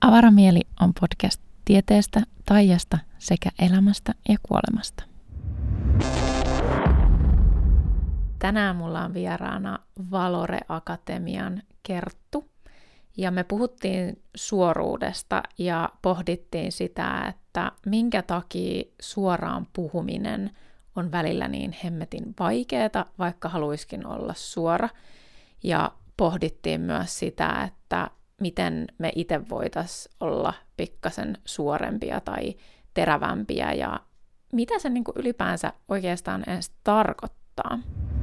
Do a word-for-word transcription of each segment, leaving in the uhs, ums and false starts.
Oma varamieli on podcast tieteestä, taijasta sekä elämästä ja kuolemasta. Tänään mulla on vieraana Valore Akatemian Kerttu. Ja me puhuttiin suoruudesta ja pohdittiin sitä, että minkä takia suoraan puhuminen on välillä niin hemmetin vaikeeta, vaikka haluiskin olla suora. Ja pohdittiin myös sitä, että miten me itse voitaisiin olla pikkasen suorempia tai terävämpiä ja mitä se niin kuin ylipäänsä oikeastaan edes tarkoittaa.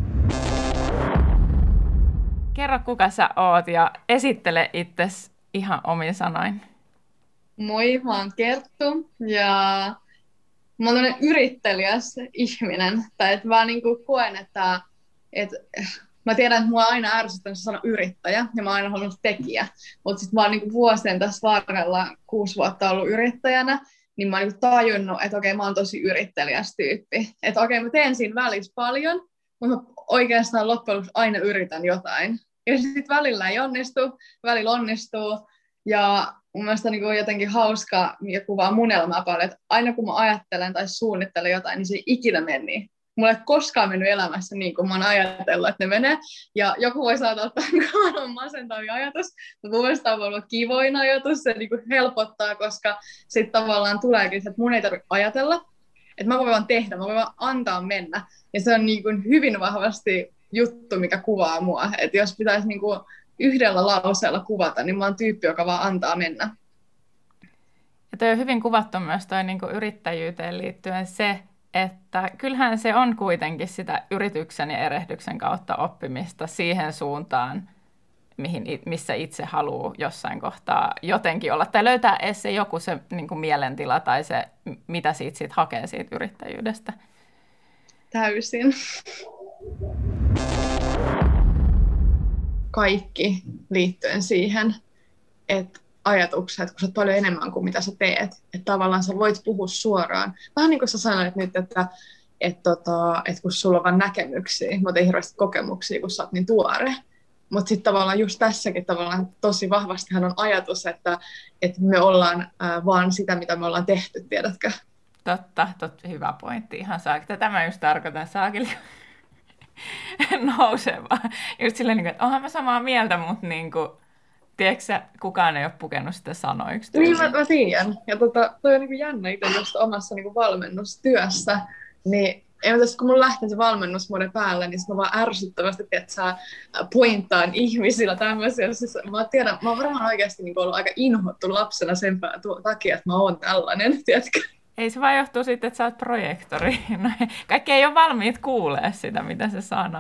Kerro, kuka sä oot ja esittele itsesi ihan omin sanoin. Moi, mä oon Kerttu ja mä oon tämmönen yritteliäs ihminen. Tai että mä niinku koen, että, että mä tiedän, että mua on aina ärsyttänyt se sana yrittäjä ja mä oon aina halunnut tekijä. Mutta sitten mä oon niinku vuosien tässä varrella kuusi vuotta ollut yrittäjänä, niin mä oon niinku tajunnut, että okei, mä oon tosi yritteliäs tyyppi. Että okei, mä teen siinä välissä paljon, mutta mä oikeastaan loppujen lopuksi aina yritän jotain. Ja sitten välillä ei onnistu, välillä onnistuu. Ja mun mielestä on niin jotenkin hauska ja kuvaa mun elämää paljon, että aina kun mä ajattelen tai suunnittelen jotain, niin se ei ikinä meni. Mulla ei koskaan mennyt elämässä niin kuin mä oon ajatellut, että ne menee. Ja joku voi saada ottaa on masentavia ajatus, mutta mun mielestä on ollut kivoin ajatus, se niin kuin helpottaa, koska sitten tavallaan tuleekin se, että mun ei tarvitse ajatella, että mä voin vaan tehdä, mä voin vaan antaa mennä. Ja se on niin kuin hyvin vahvasti juttu, mikä kuvaa mua. Että jos pitäisi niin kuin yhdellä lauseella kuvata, niin mä oon tyyppi, joka vaan antaa mennä. Ja toi on hyvin kuvattu myös toi niin kuin yrittäjyyteen liittyen se, että kyllähän se on kuitenkin sitä yrityksen ja erehdyksen kautta oppimista siihen suuntaan, mihin, missä itse haluaa jossain kohtaa jotenkin olla. Tai löytää edes se joku se niin kuin mielentila tai se, mitä siitä, siitä hakee siitä yrittäjyydestä. Täysin. Kaikki liittyen siihen, että ajatukset, kun sä oot paljon enemmän kuin mitä sä teet, että tavallaan sä voit puhua suoraan. Vähän niin kuin sä sanoit nyt, että, että, tota, että kun sulla on vaan näkemyksiä, mutta ei hirveästi kokemuksia, kun sä oot niin tuore. Mutta sitten tavallaan just tässäkin tavallaan tosi vahvastihan on ajatus, että, että me ollaan ää, vaan sitä, mitä me ollaan tehty, tiedätkö? Totta, totta, hyvä pointti. Ihan saa. Tätä mä just tarkoitan, saakeli nousevaa. Just silleen, että onhan mä samaa mieltä, mutta niin kuin, tiedätkö sä, kukaan ei ole pukenut sitä sanoiksi. Niin, mä, mä tiedän. Ja tota, toi on niin kuin jännä itse just omassa niin kuin valmennustyössä. Niin, en tässä, kun mun lähtee se valmennusmuoden päälle, niin mä vaan ärsyttävästi, että sä pointtaan ihmisillä tämmöisiä. Siis mä tiedän, mä oon varmaan oikeasti niin kuin ollut aika inhottu lapsena sen takia, että mä oon tällainen, tiedätkö? Ei se vaan johtuu siitä, että sä oot projektori. No, kaikki ei ole valmiit kuulee sitä, mitä sä sanot.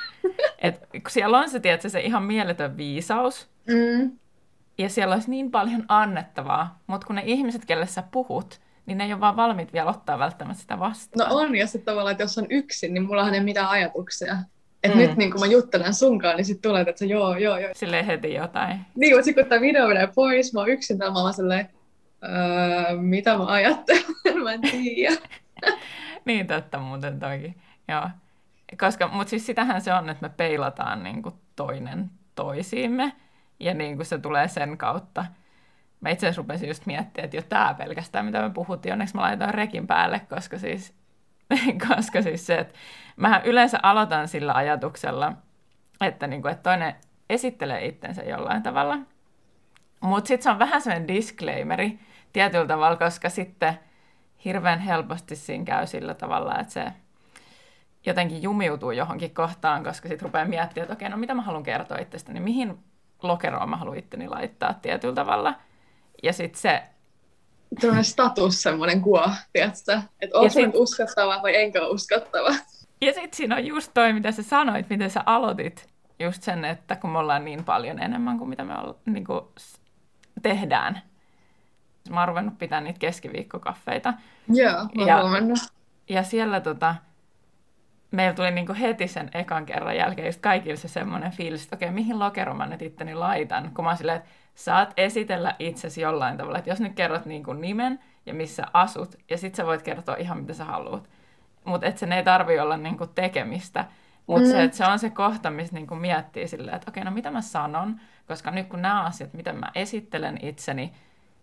Et, kun siellä on se, tiedätkö, se ihan mieletön viisaus. Mm. Ja siellä olisi niin paljon annettavaa. Mutta kun ne ihmiset, kelle sä puhut, niin ne ei ole vaan valmiit vielä ottaa välttämättä sitä vastaan. No on, ja sitten tavallaan, että jos on yksin, niin mullahan ei mitään ajatuksia. Että mm. nyt niin kun mä juttelen sunkaan, niin sitten tulee, että se joo, joo, joo. Silleen heti jotain. Niin, mutta sitten kun tämä video menee pois, mä oon yksin täällä, mä oon silleen, Öö, mitä mä ajattelen, mä en tiedä. Niin totta muuten toikin, joo. Koska, mutta siis sitähän se on, että me peilataan niin kuin toinen toisiimme, ja niin kuin se tulee sen kautta. Mä itse asiassa rupesin just miettimään, että jo tää pelkästään, mitä me puhuttiin, onneksi mä laitoin rekin päälle, koska siis, koska siis se, että mähän yleensä aloitan sillä ajatuksella, että, niin kuin, että toinen esittelee itsensä jollain tavalla, mutta sitten se on vähän sellainen disclaimeri tietyllä tavalla, koska sitten hirveän helposti siinä käy sillä tavalla, että se jotenkin jumiutuu johonkin kohtaan, koska sitten rupeaa miettimään, että okei, no mitä mä haluan kertoa itsestäni, mihin lokeroon mä haluan itteni laittaa tietyllä tavalla. Ja sitten se... Tällainen status, semmoinen kuva, tiedätkö? Että onko sit... uskottava vai enkä uskottava? Ja sitten siinä on just toi, mitä sä sanoit, miten sä aloitit. Just sen, että kun me ollaan niin paljon enemmän kuin mitä me olla, niin kuin tehdään. Mä oon ruvennut pitämään niitä keskiviikkokaffeita. Joo, mä ja, huomannut. Ja siellä tota, meillä tuli niinku heti sen ekan kerran jälkeen just kaikille se semmoinen fiilis, että okei, okay, mihin lokeroon mä nyt itteni laitan? Kun mä oon silleen, että saat esitellä itsesi jollain tavalla. Että jos nyt kerrot niinku nimen ja missä asut, ja sit sä voit kertoa ihan mitä sä haluat. Mutta et sen ei tarvii olla niinku tekemistä. Mutta mm. se, se on se kohta, missä niinku miettii silleen, että okei, no mitä mä sanon, koska nyt kun nämä asiat, miten mä esittelen itseni,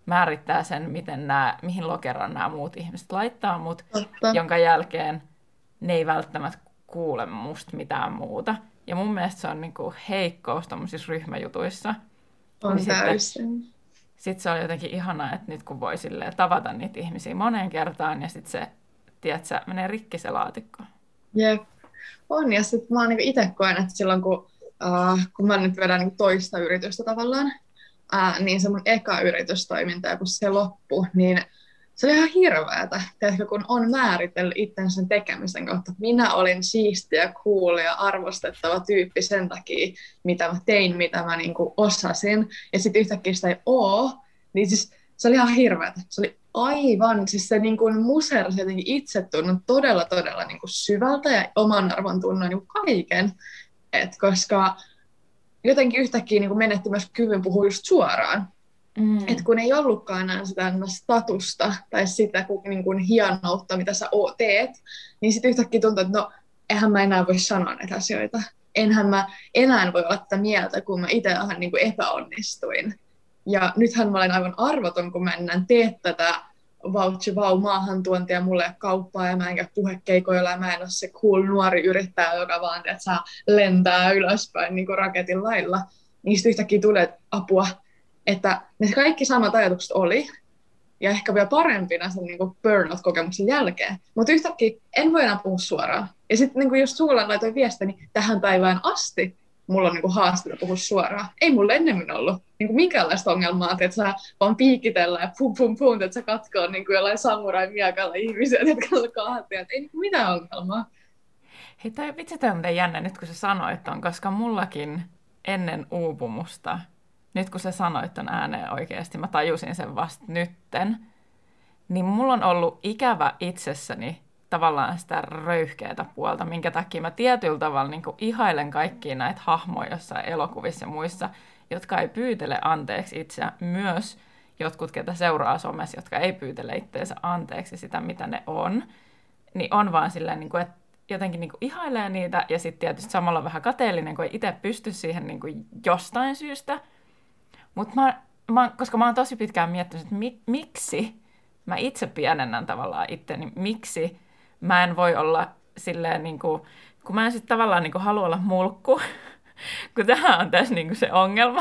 määrittää sen, miten nämä, mihin lokeroon nämä muut ihmiset laittaa mut, Totta. jonka jälkeen ne ei välttämättä kuule musta mitään muuta. Ja mun mielestä se on niinku heikkous tommosissa ryhmäjutuissa. On niin täysin. Sitten, sit se on jotenkin ihanaa, että nyt kun voi silleen tavata niitä ihmisiä moneen kertaan, ja sitten se, tiedätkö, menee rikki se laatikko. Jep. On, ja sitten mä oon niinku itse koen, että silloin kun, uh, kun mä nyt vedän niinku toista yritystä tavallaan, uh, niin se mun eka yritystoiminta, ja kun se loppui, niin se oli ihan hirveätä, tiedätkö, kun on määritellyt itsensä sen tekemisen kautta. Minä olin siistiä, cool ja arvostettava tyyppi sen takia, mitä mä tein, mitä mä niinku osasin, ja sitten yhtäkkiä sitä ei oo, niin siis se oli ihan hirveätä. Se oli aivan, siis se niin kuin musersi jotenkin itsetunnon todella, todella niin kuin syvältä ja oman arvon tunnon niin kaiken. Et koska jotenkin yhtäkkiä niin kuin menetti myös kyvyn puhua just suoraan. Mm. Et kun ei ollutkaan enää sitä statusta tai sitä niin kuin hienoutta, mitä sä teet, niin sitten yhtäkkiä tuntuu, että no, eihän mä enää voi sanoa näitä asioita. Enhän mä enää voi olla tätä mieltä, kun mä itse vähän niin kuin epäonnistuin. Ja nythän mä olen aivan arvoton, kun mä enää tee tätä voucher vau maahantuontia mulle kauppaa ja mä en käy puhekeikoilla ja mä en ole se cool nuori yrittäjä, joka vaan että saa lentää ylöspäin niin kuin raketin lailla. Niistä yhtäkkiä tulee apua, että ne kaikki samat ajatukset oli ja ehkä vielä parempina sen niin kuin burnout-kokemuksen jälkeen. Mutta yhtäkkiä en voi enää puhua suoraan. Ja sitten niin jos sulla laitoin viestini tähän päivään asti, mulla on niinku haasteita puhua suoraan. Ei mulla ennemmin ollut niinku minkäänlaista ongelmaa, että sä vaan piikitellä ja pum pum pum, että sä katkoo niinku jollain samurai-miakalla ihmisiä, jotka on kahtia. Ei niinku mitään ongelmaa. Hei, toi vitsi toi on miten jännä nyt, kun sä sanoit ton, koska mullakin ennen uupumusta, nyt kun sä sanoit ton ääneen oikeasti, mä tajusin sen vasta nytten, niin mulla on ollut ikävä itsessäni tavallaan sitä röyhkeätä puolta, minkä takia mä tietyllä tavalla niin kuin ihailen kaikkia näitä hahmoja jossain elokuvissa ja muissa, jotka ei pyytele anteeksi itseä, myös jotkut, ketä seuraa somessa, jotka ei pyytele itseensä anteeksi sitä, mitä ne on, niin on vaan silleen, niin kuin, että jotenkin niin kuin ihailee niitä, ja sitten tietysti samalla vähän kateellinen, kun ei itse pysty siihen niin kuin jostain syystä. Mutta mä, mä, koska mä oon tosi pitkään miettinyt, että mi, miksi mä itse pienennän tavallaan itteni, miksi mä en voi olla silleen, niin kuin, kun mä en sitten tavallaan niin kuin halua olla mulkku, kun tämä on tässä niin kuin se ongelma.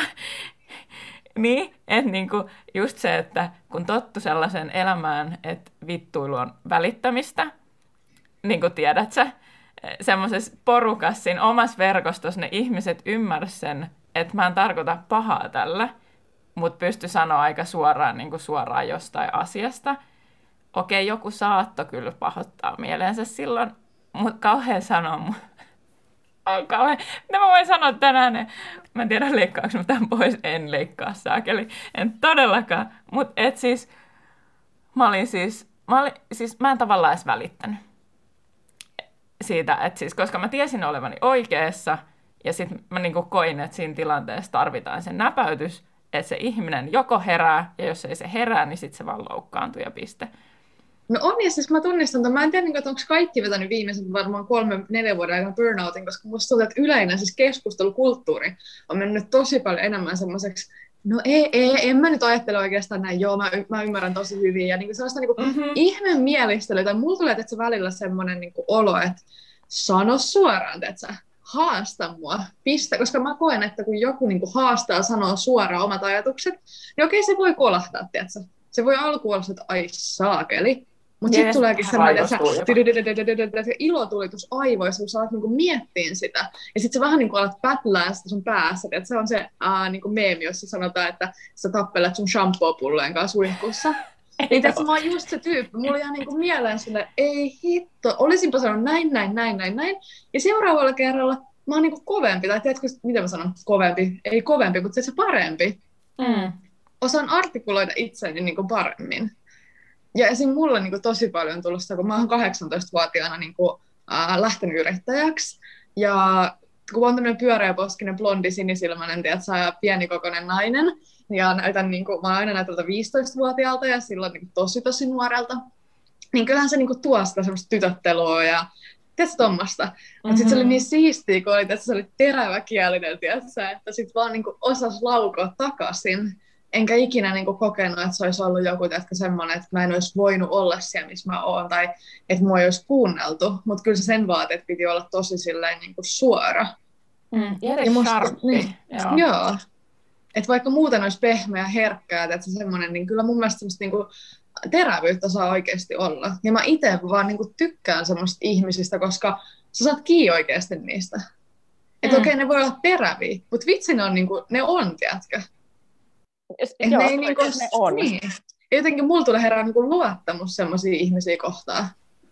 Niin, että niin kuin just se, että kun tottu sellaisen elämään, että vittuilu on välittämistä, niin kuin tiedät sä, semmoisessa porukassa siinä omassa verkostossa ne ihmiset ymmärsivät sen, että mä en tarkoita pahaa tällä, mutta pysty sanoa aika suoraan, niin kuin suoraan jostain asiasta. Okei, joku saatto kyllä pahoittaa mieleensä silloin, mutta kauhean sanoa mun. On kauhean. Mitä mä voin sanoa tänään? Mä en tiedä, leikkaanko mä tämän pois. En leikkaa saakeli. En todellakaan. Mutta et siis, mä olin siis, mä, olin, siis, mä en tavallaan edes välittänyt siitä, että siis, koska mä tiesin olevani oikeassa, ja sitten mä niinku koin, että siinä tilanteessa tarvitaan sen näpäytys, että se ihminen joko herää, ja jos ei se herää, niin sitten se vaan loukkaantuu ja piste. No on, ja siis mä tunnistan, että mä en tiedä, että onko kaikki vetänyt viimeisen varmaan kolme, neljä vuoden aikana burnoutin, koska musta tuntuu, että yleinen siis keskustelukulttuuri on mennyt tosi paljon enemmän semmoiseksi, no ei, ei, en mä nyt ajattele oikeastaan näin, joo, mä, y- mä ymmärrän tosi hyvin, ja niin kuin sellaista niin kuin mm-hmm. ihmeen mielistelyä, tai mulla tulee että se välillä semmoinen niin kuin olo, että sano suoraan, että sä haasta mua, pistä, koska mä koen, että kun joku niin kuin haastaa, sanoo suoraan omat ajatukset, niin okei, se voi kolahtaa, tiedätkö? Se voi alkuun olla, että ai saakeli, mutta sitten tuleekin semmoinen, että se ilotulitus aivoissa, kun sä alat niinku miettiä sitä. Ja sitten sä vähän niinku alat pätlää sitä sun päässä. Että se on se ää, niinku meemi, jossa sanotaan, että sä tappelet sun shampoo-pullojen kanssa suihkussa. Niin tässä mä oon just se tyyppi. Mulla jää niinku mieleen sille, ei hitto, olisinpa sanonut näin, näin, näin, näin, näin. Ja seuraavalla kerralla mä oon niinku kovempi. Tai tiedätkö, mitä mä sanon? Kovempi. Ei kovempi, mutta se parempi. Mm. Osaan artikuloida itseni niinku paremmin. Ja esim. Mulla on niin kuin, tosi paljon tullut sitä, kun mä oon kahdeksantoistavuotiaana niin kuin, äh, lähtenyt yrittäjäksi. Ja kun on tämmöinen pyöreäposkinen, blondi, sinisilmäinen, tiedätkö, pienikokoinen nainen, ja näytän, niin kuin, mä oon aina näytältä viisitoistavuotiaalta ja silloin niin kuin, tosi tosi nuorelta, niin kyllähän se niin kuin, tuo sitä semmoista tytöttelua ja tiedätkö tommasta. Mm-hmm. Mutta sitten se oli niin siistiä, kun oli, että se oli teräväkielinen, tiedätkö, että sitten vaan niin kuin, osasi laukoa takaisin. enkä ikinä niin kuin kokenut, että se olisi ollut joku tiedätkö, semmoinen, että mä en olisi voinut olla siellä, missä mä oon, tai että mua ei olisi kuunneltu, mutta kyllä se sen vaati, että piti olla tosi silleen niin kuin suora. Mm, ja ja musta, sharppi. niin, Joo. joo. Että vaikka muuten olisi pehmeä, herkkää, että se semmoinen, niin kyllä mun mielestä semmoista niin kuin terävyyttä saa oikeasti olla. Ja mä itse vaan niin kuin tykkään semmoista ihmisistä, koska sä saat kiinni oikeasti niistä. Että mm. okei, okay, ne voi olla teräviä, mutta vitsi ne on, niin kuin, ne on, tiedätkö? Et joo, ne, ei, niin kuin, ne on. Niin. Jotenkin mulla tulee herää niin kuin luottamus semmoisia ihmisiä kohtaan.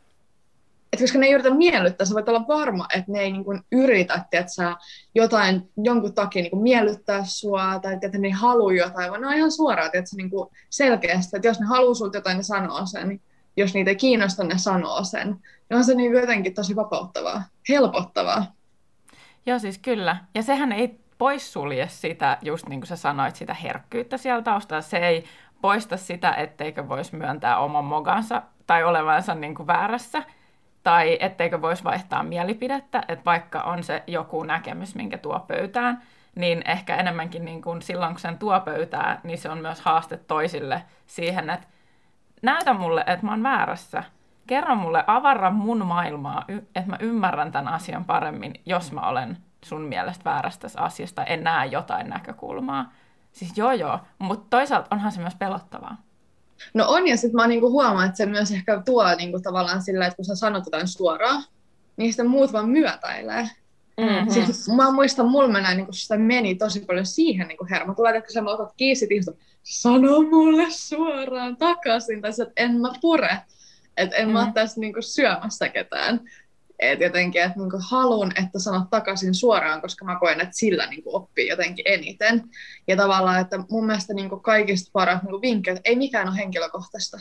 Et koska ne ei yritä miellyttää, sä voit olla varma, että ne ei niin kuin yritä, että sä jotain, jonkun takia niin kuin miellyttää sua, tai että ne ei halua jotain, vaan ne on ihan suoraan, että se niin kuin selkeästi, että jos ne haluaa sulta jotain, ne sanoo sen. Jos niitä ei kiinnosta, ne sanoo sen. Ja on se niin jotenkin tosi vapauttavaa, helpottavaa. Joo, siis kyllä. Ja sehän ei poissulje sitä, just niin kuin sä sanoit, sitä herkkyyttä siellä taustalla. Se ei poista sitä, etteikö voisi myöntää oman mogansa tai olevansa niin kuin väärässä. Tai etteikö voisi vaihtaa mielipidettä, että vaikka on se joku näkemys, minkä tuo pöytään, niin ehkä enemmänkin niin kuin silloin, kun sen tuo pöytään, niin se on myös haaste toisille siihen, että näytä mulle, että mä oon väärässä. Kerro mulle, avarra mun maailmaa, että mä ymmärrän tämän asian paremmin, jos mä olen sun mielestä väärässä tässä asiasta, en näe jotain näkökulmaa. Siis joo joo, mutta toisaalta onhan se myös pelottavaa. No on, ja sitten mä niinku huomaan, että se myös ehkä tuo niinku tavallaan sillä, että kun sä sanot jotain suoraan, niin sitten muut vaan myötäilee. Mm-hmm. Siis mä muistan, mulla mennään, niinku, sitä meni tosi paljon siihen niinku hermo. Tulee, että sä otat kiinni, että sano mulle suoraan takaisin, tai että en mä pure, että en mm-hmm. mä ole tässä niinku syömässä ketään. Että jotenkin, että niinku haluan, että sanot takaisin suoraan, koska mä koen, että sillä niinku oppii jotenkin eniten. Ja tavallaan, että mun mielestä niinku kaikista paras niinku vinkki, että ei mikään ole henkilökohtaista.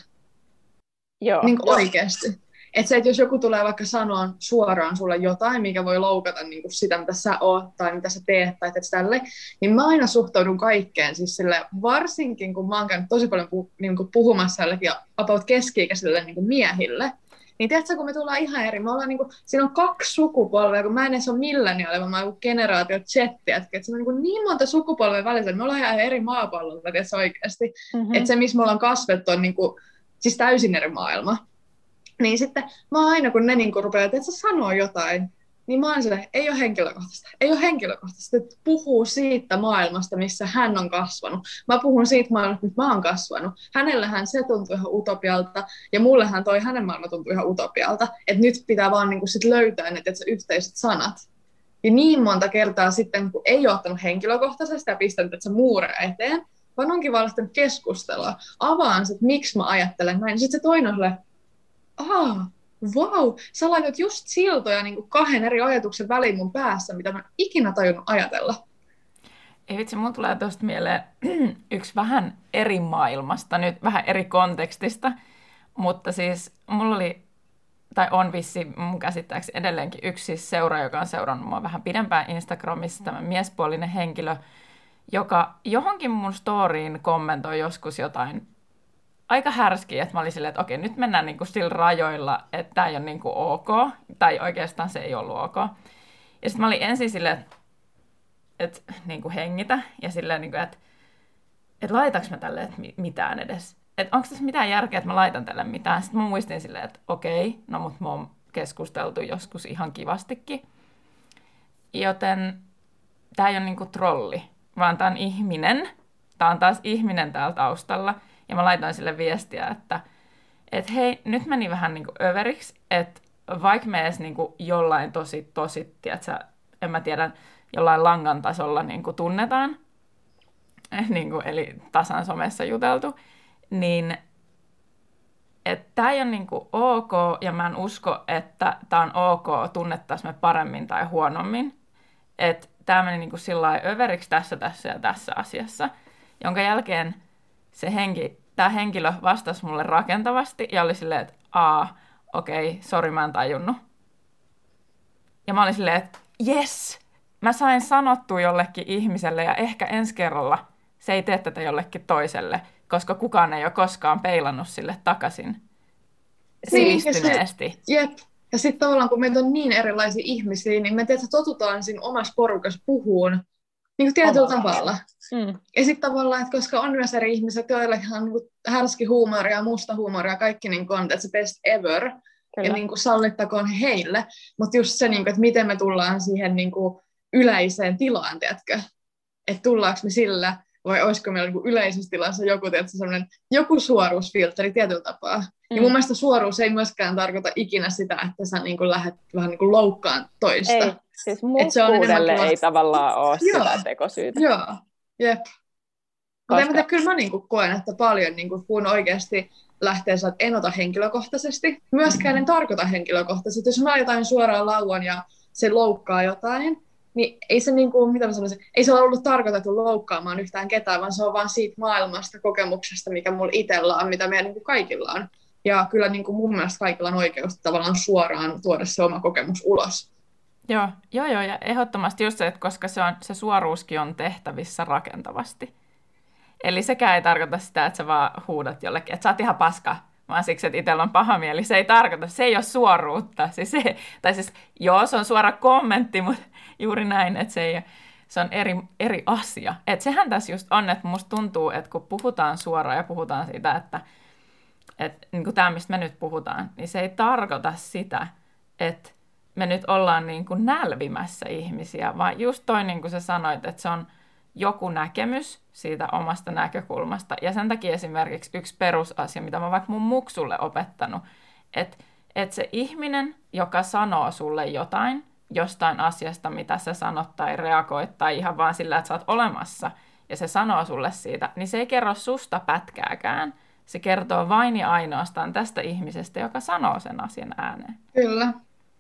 Joo. Niinku oikeasti. Että se, että jos joku tulee vaikka sanoa suoraan sulle jotain, mikä voi loukata niinku sitä, mitä sä oot tai mitä sä teet tai teet tälle, niin mä aina suhtaudun kaikkeen. Siis sille, varsinkin, kun mä oon käynyt tosi paljon puh- niinku puhumassa jollekin about keski-ikäisille niinku miehille, niin tiedätkö, kun me tullaan ihan eri, me ollaan niinku, siinä on kaksi sukupolvea, kun mä en edes ole milleniaali, vaan mä oon generaatio Z, että se on niinku niin monta sukupolvea välissä, me ollaan ihan eri maapallolla, tiedätkö oikeasti. Mm-hmm. Että se, missä me ollaan kasvettu, on niinku, siis täysin eri maailma. Niin sitten mä aina, kun ne niinku rupeaa, että sanoo jotain, niin mä oon silleen, ei ole henkilökohtaista, ei ole henkilökohtaista, että puhuu siitä maailmasta, missä hän on kasvanut. Mä puhun siitä maailmasta, missä mä oon kasvanut. Hänellähän se tuntuu ihan utopialta, ja mullehan toi hänen maailma tuntuu ihan utopialta, että nyt pitää vaan niinku sit löytää ne tietysti, yhteiset sanat. Ja niin monta kertaa sitten, kun ei ole ottanut henkilökohtaisesti ja pistänyt että se muure eteen, vaan onkin vaan lähtenyt keskustelua, avaan sit, miksi mä ajattelen näin. Sitten se toinen on silleen, aah, vau, sä laitat just siltoja niin kuin kahden eri ajatuksen väliin mun päässä, mitä mä en ikinä tajunnut ajatella. Ei vitsi, mulla tulee tuosta mieleen yksi vähän eri maailmasta, nyt vähän eri kontekstista, mutta siis mulla oli, tai on vissi mun käsittääkseni edelleenkin yksi siis seura, joka on seurannut mua vähän pidempään Instagramissa, tämä miespuolinen henkilö, joka johonkin mun storyin kommentoi joskus jotain aika härskiä, että mä olin silleen, että okei, nyt mennään niinku sillä rajoilla, että tää ei ole niinku ok, tai oikeastaan se ei ollut ok. Ja sitten mä olin ensin silleen, että, että niinku hengitä, ja silleen, niinku, että, että laitaks mä tälle että mitään edes. Että onko tässä mitään järkeä, että mä laitan tälle mitään. Sitten mä muistin silleen, että okei, no mut mä oon keskusteltu joskus ihan kivastikin. Joten tää ei ole niinku trolli, vaan tää on ihminen. Tää on taas ihminen täällä taustalla. Ja mä laitoin sille viestiä, että et hei, nyt meni vähän niin kuin överiksi, että vaikka me edes niin kuin jollain tosi, tosi, tiedätkö, en mä tiedä, jollain langan tasolla niin kuin tunnetaan, niin kuin, eli tasan somessa juteltu, niin että tämä ei ole niin kuin ok, ja mä en usko, että tämä on ok, tunnettaisiin me paremmin tai huonommin. Että tämä meni niin kuin sillä lailla överiksi tässä, tässä ja tässä asiassa, jonka jälkeen se henki, tämä henkilö vastasi mulle rakentavasti ja oli silleen, että aa, okei, okay, sori, mä en tajunnut. Ja mä olin silleen, että jes, mä sain sanottua jollekin ihmiselle ja ehkä ensi kerralla se ei tee tätä jollekin toiselle, koska kukaan ei ole koskaan peilannut sille takaisin sivistyneesti. Niin, ja jep. Ja sitten tavallaan, kun meitä on niin erilaisia ihmisiä, niin me tietysti totutaan siinä omassa porukassa puhuun niin kuin tietyllä tavalla. Mm. Ja sitten tavallaan, että koska on myös eri ihmiset, joilla on niin härski huumoria, musta huumoria, kaikki niin kuin on että se best ever. Kyllä. Ja niin kuin sallittakoon heille. Mutta just se, niin kuin, että miten me tullaan siihen niin kuin yleiseen tilaan, tiedätkö? Että tullaanko me sillä, vai olisiko meillä niin kuin yleisessä tilassa joku, tiedätkö, joku suoruusfiltteri tietyllä tapaa. Mm. Ja mun mielestä suoruus ei myöskään tarkoita ikinä sitä, että sä niin kuin lähdet vähän niin kuin loukkaan toista. Ei, siis muhkuudelle ei tavallaan ole joo. sitä tekosyytä. Joo, jep. Koska... Mutta kyllä mä niin kuin koen, että paljon niin kuin, kun oikeasti lähtee sieltä, en ota henkilökohtaisesti. Myöskään en tarkoita henkilökohtaisesti. Jos mä jotain suoraan lauan ja se loukkaa jotain, niin ei se, niin kuin, mitä mä sanoisin, ei se ole ollut tarkoitettu loukkaamaan yhtään ketään, vaan se on vaan siitä maailmasta, kokemuksesta, mikä mulla itsellä on, mitä meidän niin kuin kaikilla on. Ja kyllä niin kuin mun mielestä kaikilla on oikeus tavallaan suoraan tuoda se oma kokemus ulos. Joo, joo, joo ja ehdottomasti just se, että koska se, on, se suoruuskin on tehtävissä rakentavasti. Eli sekään ei tarkoita sitä, että sä vaan huudat jollekin, että sä oot ihan paska, vaan siksi, että itsellä on paha mieli. Se ei tarkoita, se ei ole suoruutta. Siis se, tai siis joo, se on suora kommentti, mutta juuri näin, että se, ei, se on eri, eri asia. Että sehän tässä just on, että musta tuntuu, että kun puhutaan suoraan ja puhutaan siitä, että, että niin kuin tämä, mistä me nyt puhutaan, niin se ei tarkoita sitä, että me nyt ollaan niin kuin nälvimässä ihmisiä, vaan just toi, niin kuin sä sanoit, että se on joku näkemys siitä omasta näkökulmasta. Ja sen takia esimerkiksi yksi perusasia, mitä mä vaikka mun muksulle opettanut, että, että se ihminen, joka sanoo sulle jotain, jostain asiasta, mitä sä sanot tai reagoit, tai ihan vaan sillä, että sä oot olemassa, ja se sanoo sulle siitä, niin se ei kerro susta pätkääkään. Se kertoo vain ja ainoastaan tästä ihmisestä, joka sanoo sen asian ääneen. Kyllä.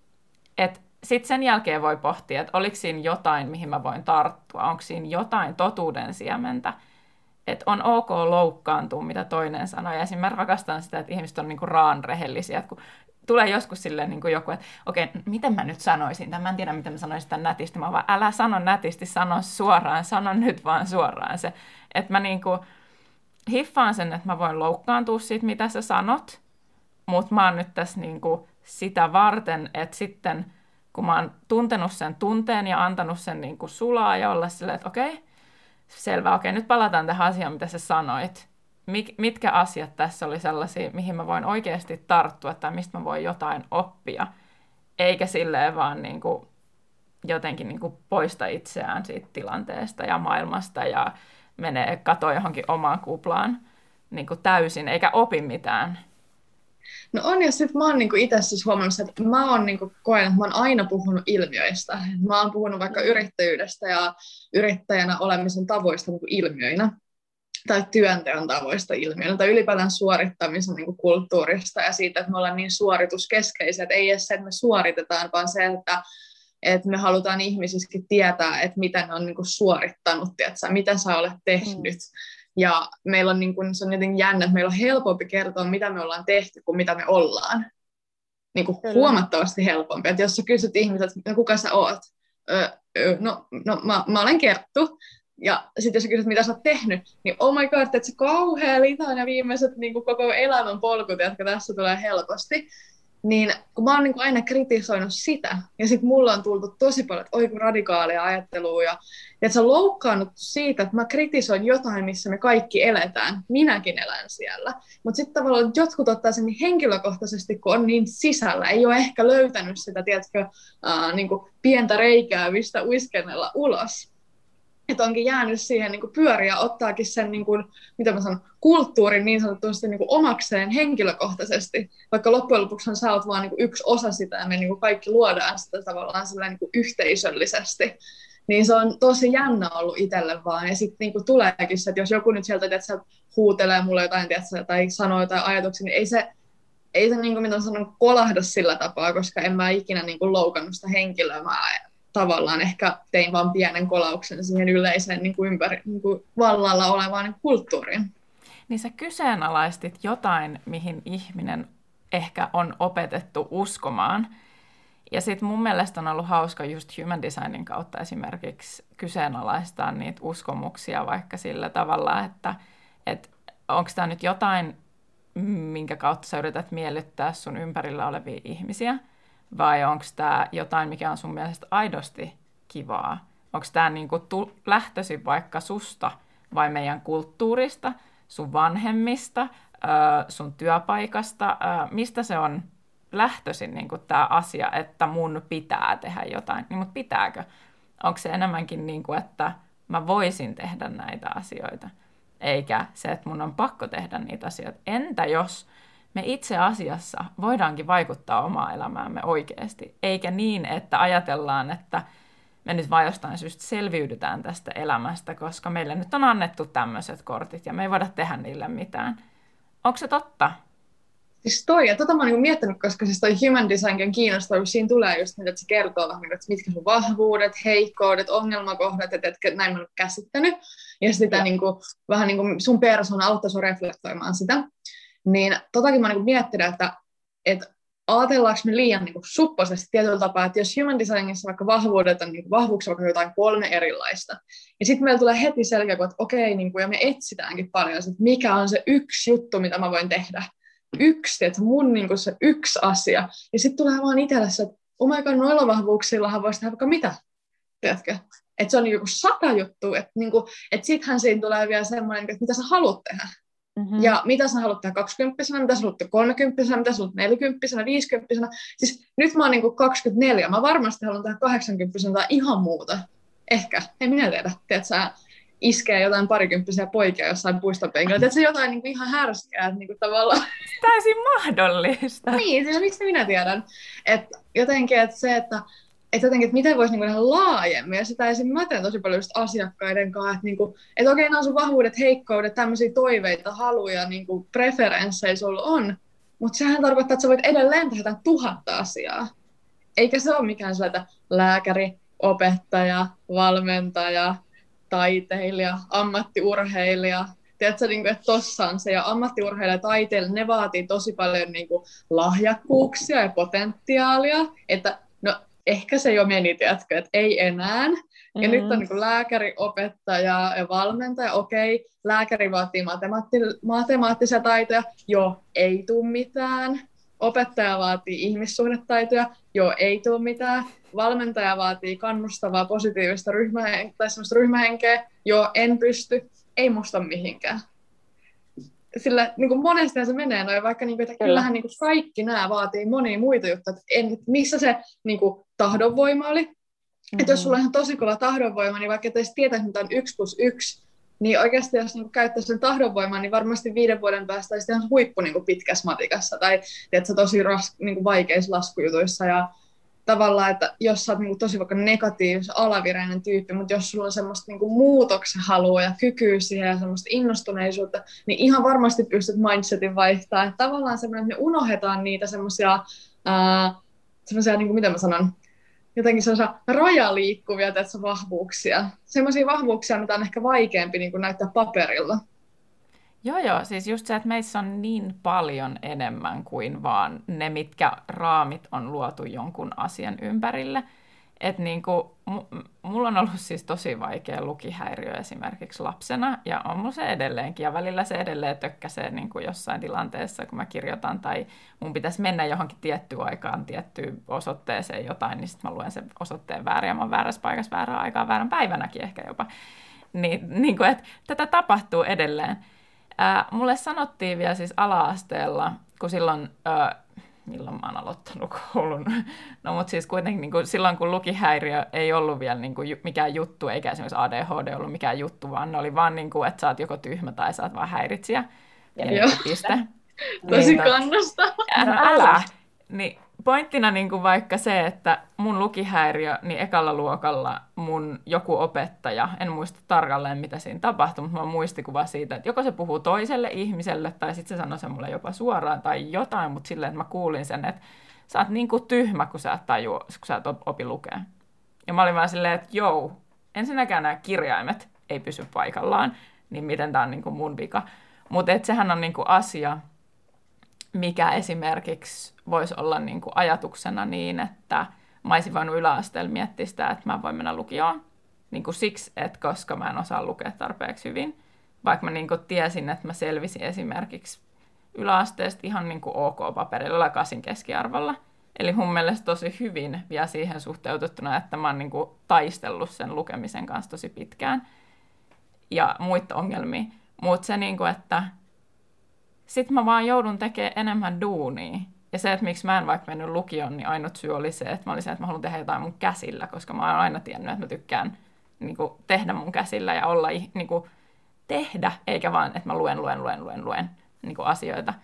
Et sitten sen jälkeen voi pohtia, että oliko siinä jotain, mihin mä voin tarttua, onko siinä jotain totuuden siementä, että on ok loukkaantua, mitä toinen sanoo. Ja esimerkiksi mä rakastan sitä, että ihmiset on niinku raan rehellisiä, että kun tulee joskus silleen niin kuin joku, että okei, miten mä nyt sanoisin tämän, mä en tiedä, miten mä sanoisin tämän nätisti, mä vaan älä sano nätisti, sano suoraan, sano nyt vaan suoraan se, että mä niinku hiffaan sen, että mä voin loukkaantua siitä, mitä sä sanot, mutta mä oon nyt tässä niinku sitä varten, että sitten kun mä oon tuntenut sen tunteen ja antanut sen niin kuin sulaa ja olla silleen, että okei, selvä, okei, nyt palataan tähän asiaan, mitä sä sanoit. Mik, mitkä asiat tässä oli sellaisia, mihin mä voin oikeasti tarttua tai mistä mä voin jotain oppia, eikä silleen vaan niin kuin jotenkin niin kuin poista itseään siitä tilanteesta ja maailmasta ja menee katoa johonkin omaan kuplaan niin kuin täysin, eikä opi mitään. No on, ja sitten mä oon niinku itse siis huomannut, että mä oon niinku koen, että mä oon aina puhunut ilmiöistä. Mä oon puhunut vaikka yrittäjyydestä ja yrittäjänä olemisen tavoista niinku ilmiöinä, tai työnteon tavoista ilmiöinä, tai ylipäätään suorittamisen niinku kulttuurista ja siitä, että me ollaan niin suorituskeskeisiä, että ei edes se, että me suoritetaan, vaan se, että, että me halutaan ihmisissäkin tietää, että mitä ne on niinku suorittanut, tiiätkö, mitä sä olet tehnyt. Mm. Ja meillä on, niin kuin, se on jotenkin jännä, että meillä on helpompi kertoa, mitä me ollaan tehty, kuin mitä me ollaan. Niin kuin huomattavasti helpompi. Että jos sä kysyt ihmiset, että no, kuka sä oot? Öö, öö, no, no mä, mä olen Kerttu. Ja sitten jos sä kysyt, mitä sä oot tehnyt, niin oh my god, että se kauhea litania viimeiset niin kuin koko elämän polkut, jotka tässä tulee helposti. Niin kun mä oon niin kuin aina kritisoinut sitä, ja sitten mulla on tullut tosi paljon, että oi kun radikaalia ajattelua, ja että sä on loukkaannut siitä, että mä kritisoin jotain, missä me kaikki eletään. Minäkin elän siellä. Mutta sitten tavallaan jotkut ottaa sen niin henkilökohtaisesti, kun on niin sisällä. Ei ole ehkä löytänyt sitä, tiedätkö, äh, niin kuin pientä reikää, mistä uiskennella ulos. Että onkin jäänyt siihen niin kuin pyöriä, ottaakin sen, niin kuin, mitä mä sanon, kulttuurin niin sanotusti niin kuin omakseen henkilökohtaisesti. Vaikka loppujen lopuksi sä oot vaan niin kuin yksi osa sitä, ja me niin kuin kaikki luodaan sitä tavallaan niin kuin yhteisöllisesti. Niin se on tosi jännä ollut itselle vaan. Ja sitten niinku tuleekin se, että jos joku nyt sieltä tiedätkö, huutelee mulle jotain tiedätkö, tai sanoo jotain ajatuksia, niin ei se, ei se niinku, mitä sanon, kolahda sillä tapaa, koska en mä ikinä niinku loukannut sitä henkilöä. Mä tavallaan ehkä tein vaan pienen kolauksen siihen yleiseen niinku ympäri, niinku vallalla olevaan niinku kulttuuriin. Niin sä kyseenalaistit jotain, mihin ihminen ehkä on opetettu uskomaan. Ja sitten mun mielestä on ollut hauska just human designin kautta esimerkiksi kyseenalaistaa niitä uskomuksia vaikka sillä tavalla, että et onko tämä nyt jotain, minkä kautta sä yrität miellyttää sun ympärillä olevia ihmisiä, vai onko tämä jotain, mikä on sun mielestä aidosti kivaa, onko tämä niinku tu- lähtöisin vaikka susta vai meidän kulttuurista, sun vanhemmista, ö, sun työpaikasta, ö, mistä se on lähtöisin niinku tämä asia, että mun pitää tehdä jotain, niin mut pitääkö? Onko se enemmänkin niin kuin, että mä voisin tehdä näitä asioita, eikä se, että mun on pakko tehdä niitä asioita. Entä jos me itse asiassa voidaankin vaikuttaa omaa elämäämme oikeasti, eikä niin, että ajatellaan, että me nyt vaan jostain syystä selviydytään tästä elämästä, koska meille nyt on annettu tämmöiset kortit ja me ei voida tehdä niille mitään. Onko se totta? Siis toi, ja tota mä oon niinku miettinyt, koska siis toi human design on kiinnostava, siinä tulee just niitä, että se kertoo vähän, että mitkä sun vahvuudet, heikkoudet, ongelmakohdat, että, että näin mä oon käsittänyt, ja sitä ja. Niinku, vähän niin kuin sun persona auttaa sun reflektoimaan sitä. Niin totakin mä oon niinku miettinyt, että, että ajatellaanko me liian niinku supposesti tietyllä tapaa, että jos human designissa vaikka vahvuudet on niinku vahvuuksia vaikka jotain kolme erilaista, ja sitten meillä tulee heti selkeä, että okei, niinku, ja me etsitäänkin paljon, että mikä on se yksi juttu, mitä mä voin tehdä. Yksi, että mun niin se yksi asia. Ja sitten tulee vaan itselle se, että oh my god, noilla vahvuuksillahan voisi tehdä vaikka mitä. Tiedätkö? Että se on niin joku sata juttu, että, niin kuin, että sittenhän siinä tulee vielä semmoinen, että mitä sä haluat tehdä. Mm-hmm. Ja mitä sä haluat tehdä kaksikymppisenä, mitä sä haluat tehdä kolmekymppisenä, mitä sä haluat nelikymppisenä, viisikymppisenä. Siis nyt mä oon niin kuin kaksikymmentäneljä, mä varmasti haluan tehdä kahdeksankymppisenä tai ihan muuta. Ehkä, ei minä tiedä. Tiedät sä, iskee jotain parikymppisiä poikia jossain puistopenkillä. Että se jotain niin kuin ihan härskää, että niin kuin tavallaan... Täysin mahdollista. Niin, siis miksi minä tiedän. Että jotenkin, että se, että, että, jotenkin, että miten voisi niin kuin tehdä laajemmin. Ja sitä esim. Mä teen tosi paljon just asiakkaiden kanssa. Että, niin kuin, että okei, nämä on sun vahvuudet, heikkoudet, tämmöisiä toiveita, haluja, niin kuin preferenssejä sulla on. Mutta sehän tarkoittaa, että sä voit edelleen tehdä tuhatta asiaa. Eikä se ole mikään sellainen lääkäri, opettaja, valmentaja, taiteilija, ammattiurheilija. Tiedätkö, niin kuin, että tossa on se, ja ammattiurheilija ja taiteilija, ne vaatii tosi paljon niin kuin, lahjakkuuksia ja potentiaalia, että no ehkä se jo meni, tiedätkö, että ei enää. Ja mm-hmm. nyt on niin kuin, lääkäri, opettaja ja valmentaja, okei, lääkäri vaatii matemaatti- matemaattisia taitoja, joo, ei tule mitään. Opettaja vaatii ihmissuhdetaitoja, joo, ei tule mitään. Valmentaja vaatii kannustavaa, positiivista ryhmähen- tai semmoista ryhmähenkeä, joo, en pysty, ei musta mihinkään. Sillä niin kuin monesti se menee noin, vaikka niin kuin, että kyllähän niin kuin kaikki nämä vaatii monia muita juttuja. En, missä se niin kuin, tahdonvoima oli? Mm-hmm. Että jos sulla on ihan tosi kova tahdonvoima, niin vaikka et edes tietäisi, mitä on yksi plus yksi, niin oikeasti jos niin käyttäisi sen tahdonvoimaa, niin varmasti viiden vuoden päästä olisi ihan huippu niin kuin pitkässä matikassa tai tiedätkö, tosi ras, niin kuin vaikeissa laskujutuissa. Ja tavallaan, että jos sä oot niin kuin tosi vaikka negatiivinen, alavireinen tyyppi, mutta jos sulla on semmoista niin kuin muutoksen halua ja kykyä siihen ja semmoista innostuneisuutta, niin ihan varmasti pystyt mindsetin vaihtamaan. Että tavallaan semmoinen, että me unohdetaan niitä semmoisia, ää, semmoisia niin kuin mitä mä sanon, jotenkin sellaisia rajaliikkuvia tässä vahvuuksia. Sellaisia vahvuuksia, mitä on ehkä vaikeampi niin kuin näyttää paperilla. Joo, joo. Siis just se, että meissä on niin paljon enemmän kuin vaan ne, mitkä raamit on luotu jonkun asian ympärille. Että niinku, mulla on ollut siis tosi vaikea lukihäiriö esimerkiksi lapsena, ja on mulla se edelleenkin, ja välillä se edelleen tökkäsee niinku jossain tilanteessa, kun mä kirjoitan, tai mun pitäisi mennä johonkin tiettyyn aikaan, tiettyyn osoitteeseen jotain, niin sitten mä luen sen osoitteen väärin, ja mä oon väärässä paikassa väärään aikaan, väärän päivänäkin ehkä jopa. Niin, niinku, että tätä tapahtuu edelleen. Ää, mulle sanottiin vielä siis ala-asteella, kun silloin... Ää, milloin mä oon aloittanut koulun. No mutta siis kuitenkin niin kuin silloin, kun lukihäiriö ei ollut vielä niin kuin mikään juttu, eikä esimerkiksi A D H D ollut mikään juttu, vaan ne oli vaan niin kuin, että sä oot joko tyhmä tai sä oot vaan häiritsijä. Ja niin piste. Tosi niin, kannustava. No älä. Niin pointtina niin kuin vaikka se, että mun lukihäiriö, niin ekalla luokalla mun joku opettaja, en muista tarkalleen mitä siinä tapahtui, mutta mä muistikuva siitä, että joko se puhuu toiselle ihmiselle, tai sitten se sanoi se mulle jopa suoraan tai jotain, mutta silleen, että mä kuulin sen, että sä oot niin kuin tyhmä, kun sä et tajua, kun sä et opi lukea. Ja mä olin vaan silleen, että joo, ensinnäkään nämä kirjaimet ei pysy paikallaan, niin miten tää on niin kuin mun vika. Mutta sehän on niin kuin asia, mikä esimerkiksi voisi olla niin kuin ajatuksena niin, että mä olisin voinut yläasteella miettiä sitä, että mä voin mennä lukioon niin kuin siksi, että koska mä en osaa lukea tarpeeksi hyvin. Vaikka mä niin kuin tiesin, että mä selvisin esimerkiksi yläasteesta ihan niin kuin ok-paperilla kasin keskiarvolla, Eli mun mielestä tosi hyvin vielä siihen suhteutettuna, että mä oon niin kuin taistellut sen lukemisen kanssa tosi pitkään ja muita ongelmia. Mutta se, niin kuin, että sit mä vaan joudun tekemään enemmän duunia. Ja se, että miksi mä en vaikka mennyt lukioon, niin ainut syy oli se, että mä olin se, että mä haluan tehdä jotain mun käsillä, koska mä oon aina tiennyt, että mä tykkään niin kuin, tehdä mun käsillä ja olla niin kuin, tehdä, eikä vaan, että mä luen, luen, luen, luen, luen niin kuin, asioita.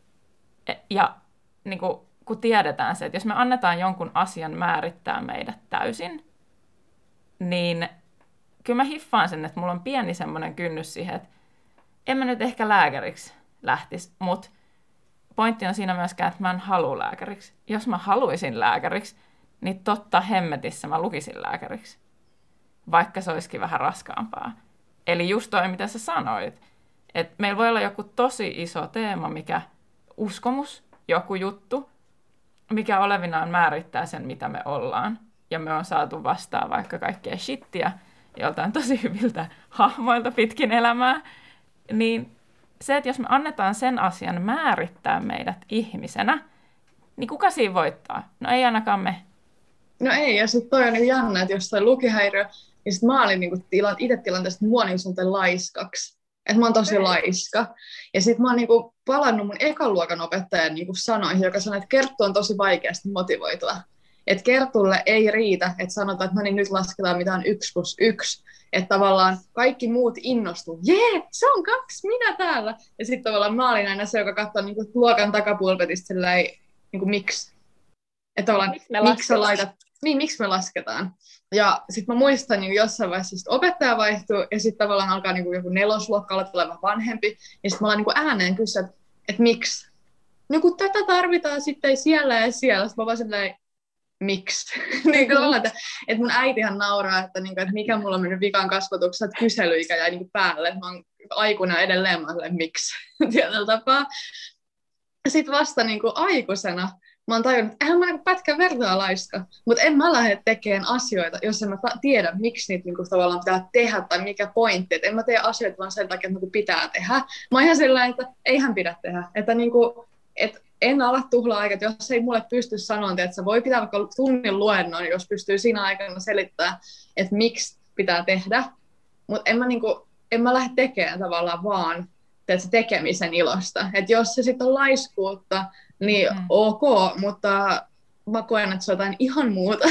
Ja niin kuin, kun tiedetään se, että jos me annetaan jonkun asian määrittää meidät täysin, niin kyllä mä hiffaan sen, että mulla on pieni semmoinen kynnys siihen, että en mä nyt ehkä lääkäriksi lähtisi, mutta pointti on siinä myöskään, että mä en halua lääkäriksi. Jos mä haluaisin lääkäriksi, niin totta hemmetissä mä lukisin lääkäriksi, vaikka se olisikin vähän raskaampaa. Eli just toi, mitä sä sanoit, että meillä voi olla joku tosi iso teema, mikä uskomus, joku juttu, mikä olevinaan määrittää sen, mitä me ollaan. Ja me on saatu vastaan vaikka kaikkea shittiä joltain tosi hyviltä hahmoilta pitkin elämää. Niin se, että jos me annetaan sen asian määrittää meidät ihmisenä, niin kuka siinä voittaa? No ei ainakaan me. No ei, ja sitten toi on niin jännä, että jos toi lukihäiriö, niin sit mä olin niinku tila, itse tilanteessa, että mua niinku sanotaan laiskaksi. Että mä oon tosi laiska. Ja sitten mä oon niinku palannut mun ekan luokan opettajan niinku sanoihin, joka sanoi, että Kerttu on tosi vaikeasti motivoitua. Että Kertulle ei riitä, että sanotaan, että no niin, nyt lasketaan mitään yksi plus yksi. Että tavallaan kaikki muut innostuu. Jee, se on kaksi, minä täällä. Ja sitten tavallaan mä olin aina se, joka katsoo niinku luokan takapulpetista silleen, niinku miksi. Että tavallaan, miksi, miksi sä laitat, niin, miksi me lasketaan. Ja sitten mä muistan niin jossain vaiheessa sit opettaja vaihtuu, ja sitten tavallaan alkaa niin joku nelosluokka, olla tulevan vanhempi, ja sitten mä ollaan niin ääneen kysyä, että et miksi? No kun tätä tarvitaan sitten siellä ja siellä, sitten mä vaan silleen, miksi? niin kuin, että, että mun äitihän nauraa, että, niin kuin, että mikä mulla on mennyt vikaan kasvatuksessa, että kyselyikä jäi niin päälle, mä oon aikuinen edelleen, mä oon silleen, miksi? Tietyllä tapaa. Sitten vasta niin kuin aikuisena, mä oon tajunnut, että eihän mä niinku pätkän vertaa laiska, mutta en mä lähde tekemään asioita, jos en mä ta- tiedä, miksi niitä niinku tavallaan pitää tehdä tai mikä pointti. Et en mä tee asioita vaan sen takia, että niinku pitää tehdä. Mä oon ihan sellainen, että eihän pidä tehdä. Että niinku, et en ala tuhlaa aikaa, että jos ei mulle pysty sanomaan, että sä voi pitää vaikka tunnin luennon, jos pystyy siinä aikana selittämään, että miksi pitää tehdä. Mutta en mä, niinku, en mä lähde tekemään tavallaan vaan teet, tekemisen ilosta. Että jos se sitten on laiskuutta, niin mm. ok, mutta mä koen, että se on jotain ihan muuta.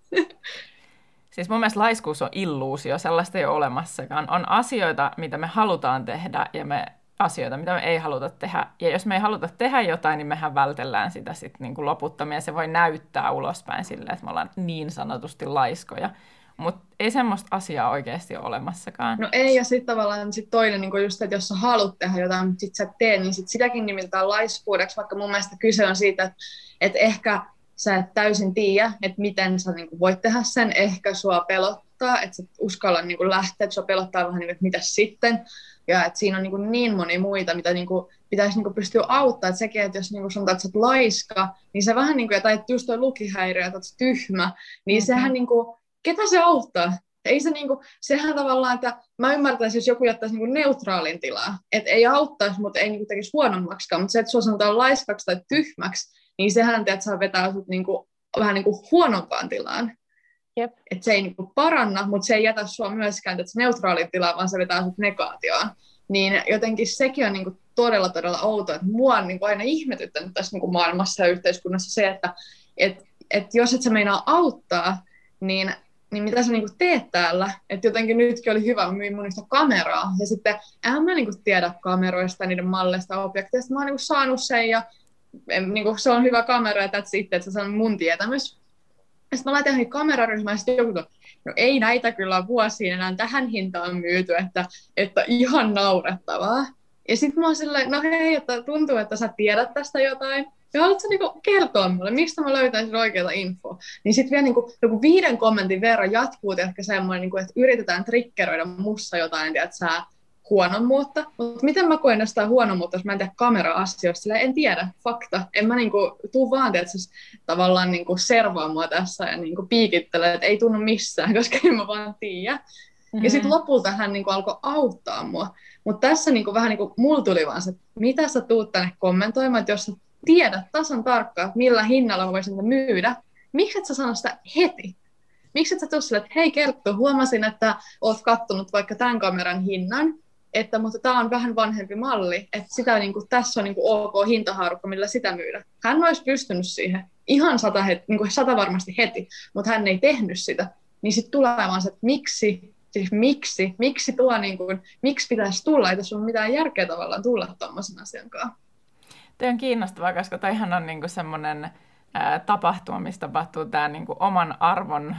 Siis mun mielestä laiskuus on illuusio, sellaista ei ole olemassakaan. On asioita, mitä me halutaan tehdä, ja me asioita, mitä me ei haluta tehdä. Ja jos me ei haluta tehdä jotain, niin mehän vältellään sitä sitten niin kuin loputtomia. Ja se voi näyttää ulospäin silleen, että me ollaan niin sanotusti laiskoja. Mutta ei semmoista asiaa oikeasti ole olemassakaan. No ei, ja sitten tavallaan sit toinen niin just, että jos sä haluat tehdä jotain, mutta sitten sä et tee, niin sit sitäkin nimitetään laiskuudeksi, vaikka mun mielestä kyse on siitä, että, että ehkä sä et täysin tiedä, että miten sä niin kuin voit tehdä sen, ehkä sua pelottaa, että sä et uskalla niin kuin lähteä, että sua pelottaa vähän, niin kuin, että mitä sitten, ja että siinä on niin, kuin niin moni muita, mitä niin kuin pitäisi niin kuin pystyä auttamaan, että sekin, että jos niin kuin sanotaan, että sä oot laiska, niin se vähän niin kuin, tai just tuo lukihäiriö, että oot tyhmä, niin mm-hmm. sehän niin kuin, ketä se auttaa? Ei se niinku, sehän tavallaan, että mä ymmärtäisin, jos joku jättäisi niinku neutraalin tilaa, että ei auttaisi, mutta ei niinku tekisi huonommaksikaan, mutta se, että sua sanotaan laiskaksi tai tyhmäksi, niin sehän teet, että saa vetää sut niinku, vähän niinku huonompaan tilaan. Jep. Että se ei niinku paranna, mutta se ei jätä sua myöskään että se neutraalin tilaa, vaan se vetää sut negaatioon. Niin jotenkin sekin on niinku todella, todella outoa, että mua on niinku aina ihmetyttänyt tässä niinku maailmassa ja yhteiskunnassa se, että et, et jos et sä meinaa auttaa, niin niin mitä sä niinku teet täällä? Että jotenkin nytkin oli hyvä, mä myin mun yhtä kameraa. Ja sitten enhän mä niinku tiedä kameroista, niiden malleista, objekteista. Mä oon niinku saanut sen ja en, niinku, se on hyvä kamera ja that's it, että se on mun tietämys. Ja sitten mä laitan johonkin kameraryhmään ja sitten joku tuo, no ei näitä kyllä vuosiin enää tähän hintaan myyty, että, että ihan naurettavaa. Ja sitten mä oon silleen, no hei, että tuntuu, että sä tiedät tästä jotain. Ja haluatko niinku kertoa mulle, mistä mä löytäisin oikeaa infoa? Niin sitten vielä niinku, joku viiden kommentin verran jatkuu ehkä semmoinen, niinku, että yritetään triggeröidä mussa jotain, tiedät sä, huonommuutta. Mutta miten mä koen jostain huonommuutta, jos mä en tiedä kamera-asioista? Sillä en tiedä, fakta. En mä niinku, tuu vaan, tiedät sä, tavallaan niinku servaa mua tässä ja niinku piikittele, että ei tunnu missään, koska en mä vaan tiedä. Mm-hmm. Ja sitten lopulta hän niinku alkoi auttaa mua. Mutta tässä niinku, vähän niin kuin mulla tuli vaan se, että mitä sä tuut tänne kommentoimaan, että jos sä tiedät tasan tarkkaan, millä hinnalla mä voisin niitä myydä, miksi et sä sano sitä heti? Miksi et sä tuu sille, että hei Kerttu, huomasin, että oot kattonut vaikka tämän kameran hinnan, että mutta tämä on vähän vanhempi malli, että sitä, niin kuin, tässä on niin kuin, ok hintahaarukka, millä sitä myydä. Hän olisi pystynyt siihen ihan sata, niin kuin, sata varmasti heti, mutta hän ei tehnyt sitä. Niin sitten tulee vaan se, että miksi, siis miksi, miksi tuo, niin kuin, miksi pitäisi tulla, ei tässä ole mitään järkeä tavallaan tulla tuommoisen asian kanssa. Tämä on kiinnostavaa, koska toihan on niin kuin semmoinen ää, tapahtuma, missä tapahtuu tämä niin kuin oman arvon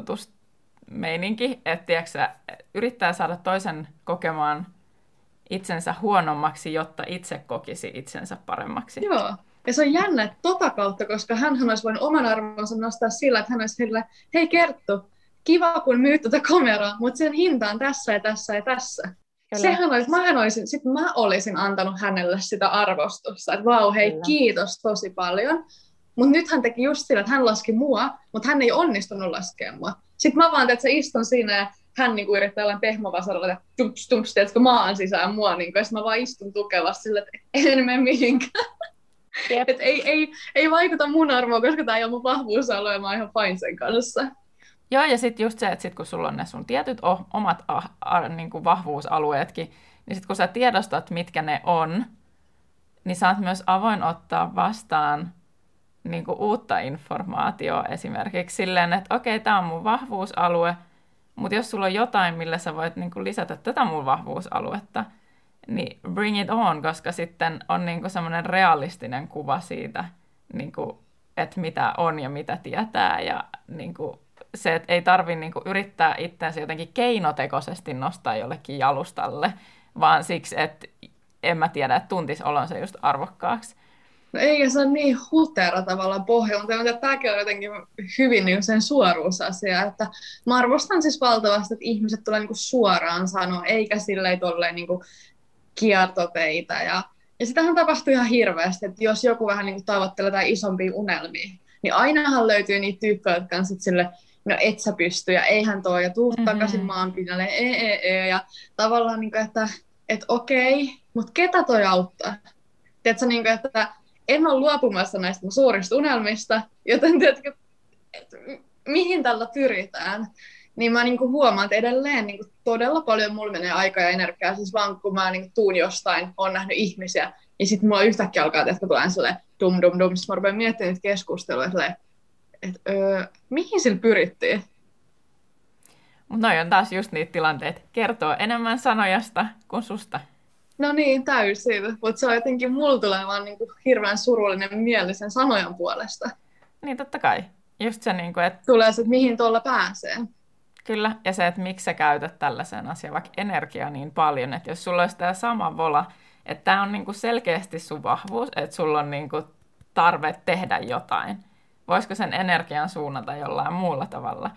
nostatusmeininki, että tiedätkö, yrittää saada toisen kokemaan itsensä huonommaksi, jotta itse kokisi itsensä paremmaksi. Joo, ja se on jännä, että tota kautta, koska hän olisi voinut oman arvonsa nostaa sillä, että hän olisi sillä, hei Kerttu, kiva kun myyt tätä kameraa, mutta sen hinta on tässä ja tässä ja tässä. Kyllä. Sehän olisi, mä, olisin, sit mä olisin antanut hänelle sitä arvostusta, että vau, hei Kyllä. kiitos tosi paljon. Mutta nyt hän teki just sillä, että hän laski mua, mutta hän ei onnistunut laskemaan mua. Sitten mä vaan, että istun siinä ja hän niinku yrittää olla pehmovasaralla ja tumps, tumps, teetkö maan sisään mua, niinku, ja mä vaan istun tukevasti sillä, että en mene mihinkään. Yep. Et ei, ei, ei vaikuta mun arvoon, koska tää ei ole mun vahvuusalue ja mä oon ihan fine sen kanssa. Joo, ja sitten just se, että sit kun sulla on ne sun tietyt oh, omat ah, ah, niinku vahvuusalueetkin, niin sitten kun sä tiedostat, mitkä ne on, niin sä oot myös avoin ottaa vastaan niinku uutta informaatiota esimerkiksi silleen, että okei, tää on mun vahvuusalue, mutta jos sulla on jotain, millä sä voit niinku lisätä tätä mun vahvuusaluetta, niin bring it on, koska sitten on niinku semmoinen realistinen kuva siitä, niinku, että mitä on ja mitä tietää. Ja niinku, se, että ei tarvitse niinku yrittää itseänsä jotenkin keinotekoisesti nostaa jollekin jalustalle, vaan siksi, että en mä tiedä, että tuntisi olonsa just arvokkaaksi. No eikä se ole niin hutera tavallaan pohja, mutta tämäkin on jotenkin hyvin niin sen suoruusasia, että mä arvostan siis valtavasti, että ihmiset tulee niin kuin suoraan sanoa, eikä silleen tolleen niin kuin kiertoteitä. Ja, ja sitähän tapahtuu ihan hirveästi, että jos joku vähän niin kuin tavoittelee jotain isompia unelmia, niin ainahan löytyy niitä tyyppejä, jotka on sitten silleen, no et sä pysty, ja eihän toi, ja tuu mm-hmm. takaisin maanpinnalle, ee, ee, ee, ja tavallaan, niin kuin, että et okei, mutta ketä toi auttaa? Tiedätkö, niin kuin, että en ole luopumassa näistä mun suurista unelmista, joten tiedätkö, että mihin tällä pyritään, niin mä niinku huomaan, että edelleen niinku todella paljon mulla menee aikaa ja energiaa, siis vaan kun mä niinku tuun jostain, oon nähnyt ihmisiä, niin sitten mulla yhtäkkiä alkaa, että tulee silleen dum dum dum, sitten mä rupean miettimään niitä keskusteluja, että et, öö, mihin sillä pyrittiin? Mutta noi on taas just niitä tilanteita, kertoo enemmän sanojasta kuin susta. No niin, täysin, mutta se on jotenkin mulla tulee vaan niinku hirveän surullinen mieli sen sanojan puolesta. Niin totta kai. Just se, niin kuin, että tulee se, että mihin tuolla pääsee. Kyllä, ja se, että miksi sä käytät tällaiseen asiaan vaikka energiaa niin paljon, että jos sulla olisi tämä sama vola, että tämä on niin kuin selkeästi sun vahvuus, että sulla on niin kuin tarve tehdä jotain. Voisiko sen energian suunnata jollain muulla tavalla?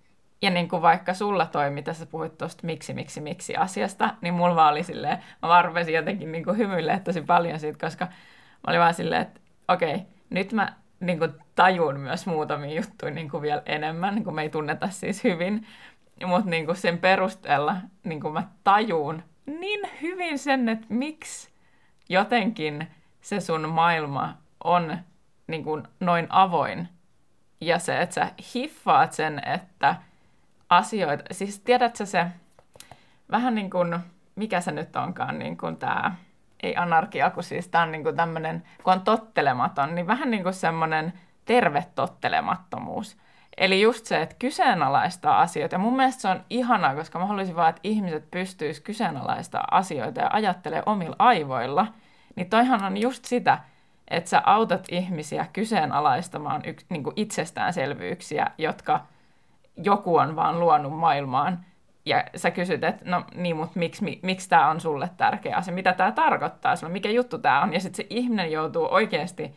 Ja niin kuin vaikka sulla toi, mitä sä puhuit tuosta miksi, miksi, miksi asiasta, niin mulla vaan oli silleen, mä vaan rupesin jotenkin niin kuin hymyilemään tosi paljon siitä, koska mä olin vaan silleen, että okei, nyt mä niin kuin tajun myös muutamia juttuja niin kuin vielä enemmän, niin kuin me ei tunneta siis hyvin, mutta niin kuin sen perusteella niin kuin mä tajun niin hyvin sen, että miksi jotenkin se sun maailma on niin kuin noin avoin. Ja se, että sä hiffaat sen, että asioita, siis tiedätkö se vähän niin kuin, mikä se nyt onkaan, niin kuin tämä, ei anarkia, kun siis tämä on niin kuin tämmöinen, kun on tottelematon, niin vähän niin kuin semmoinen terve tottelemattomuus. Eli just se, että kyseenalaistaa asioita. Ja mun mielestä se on ihanaa, koska mä haluaisin vaan, että ihmiset pystyisivät kyseenalaistaa asioita ja ajattelee omilla aivoilla. Niin toihan on just sitä, että sä autat ihmisiä kyseenalaistamaan yks, niin kuin itsestäänselvyyksiä, jotka joku on vaan luonut maailmaan. Ja sä kysyt, että no niin, mutta miksi, mi, miksi tämä on sulle tärkeä asia? Mitä tämä tarkoittaa sulle? Mikä juttu tämä on? Ja sitten se ihminen joutuu oikeasti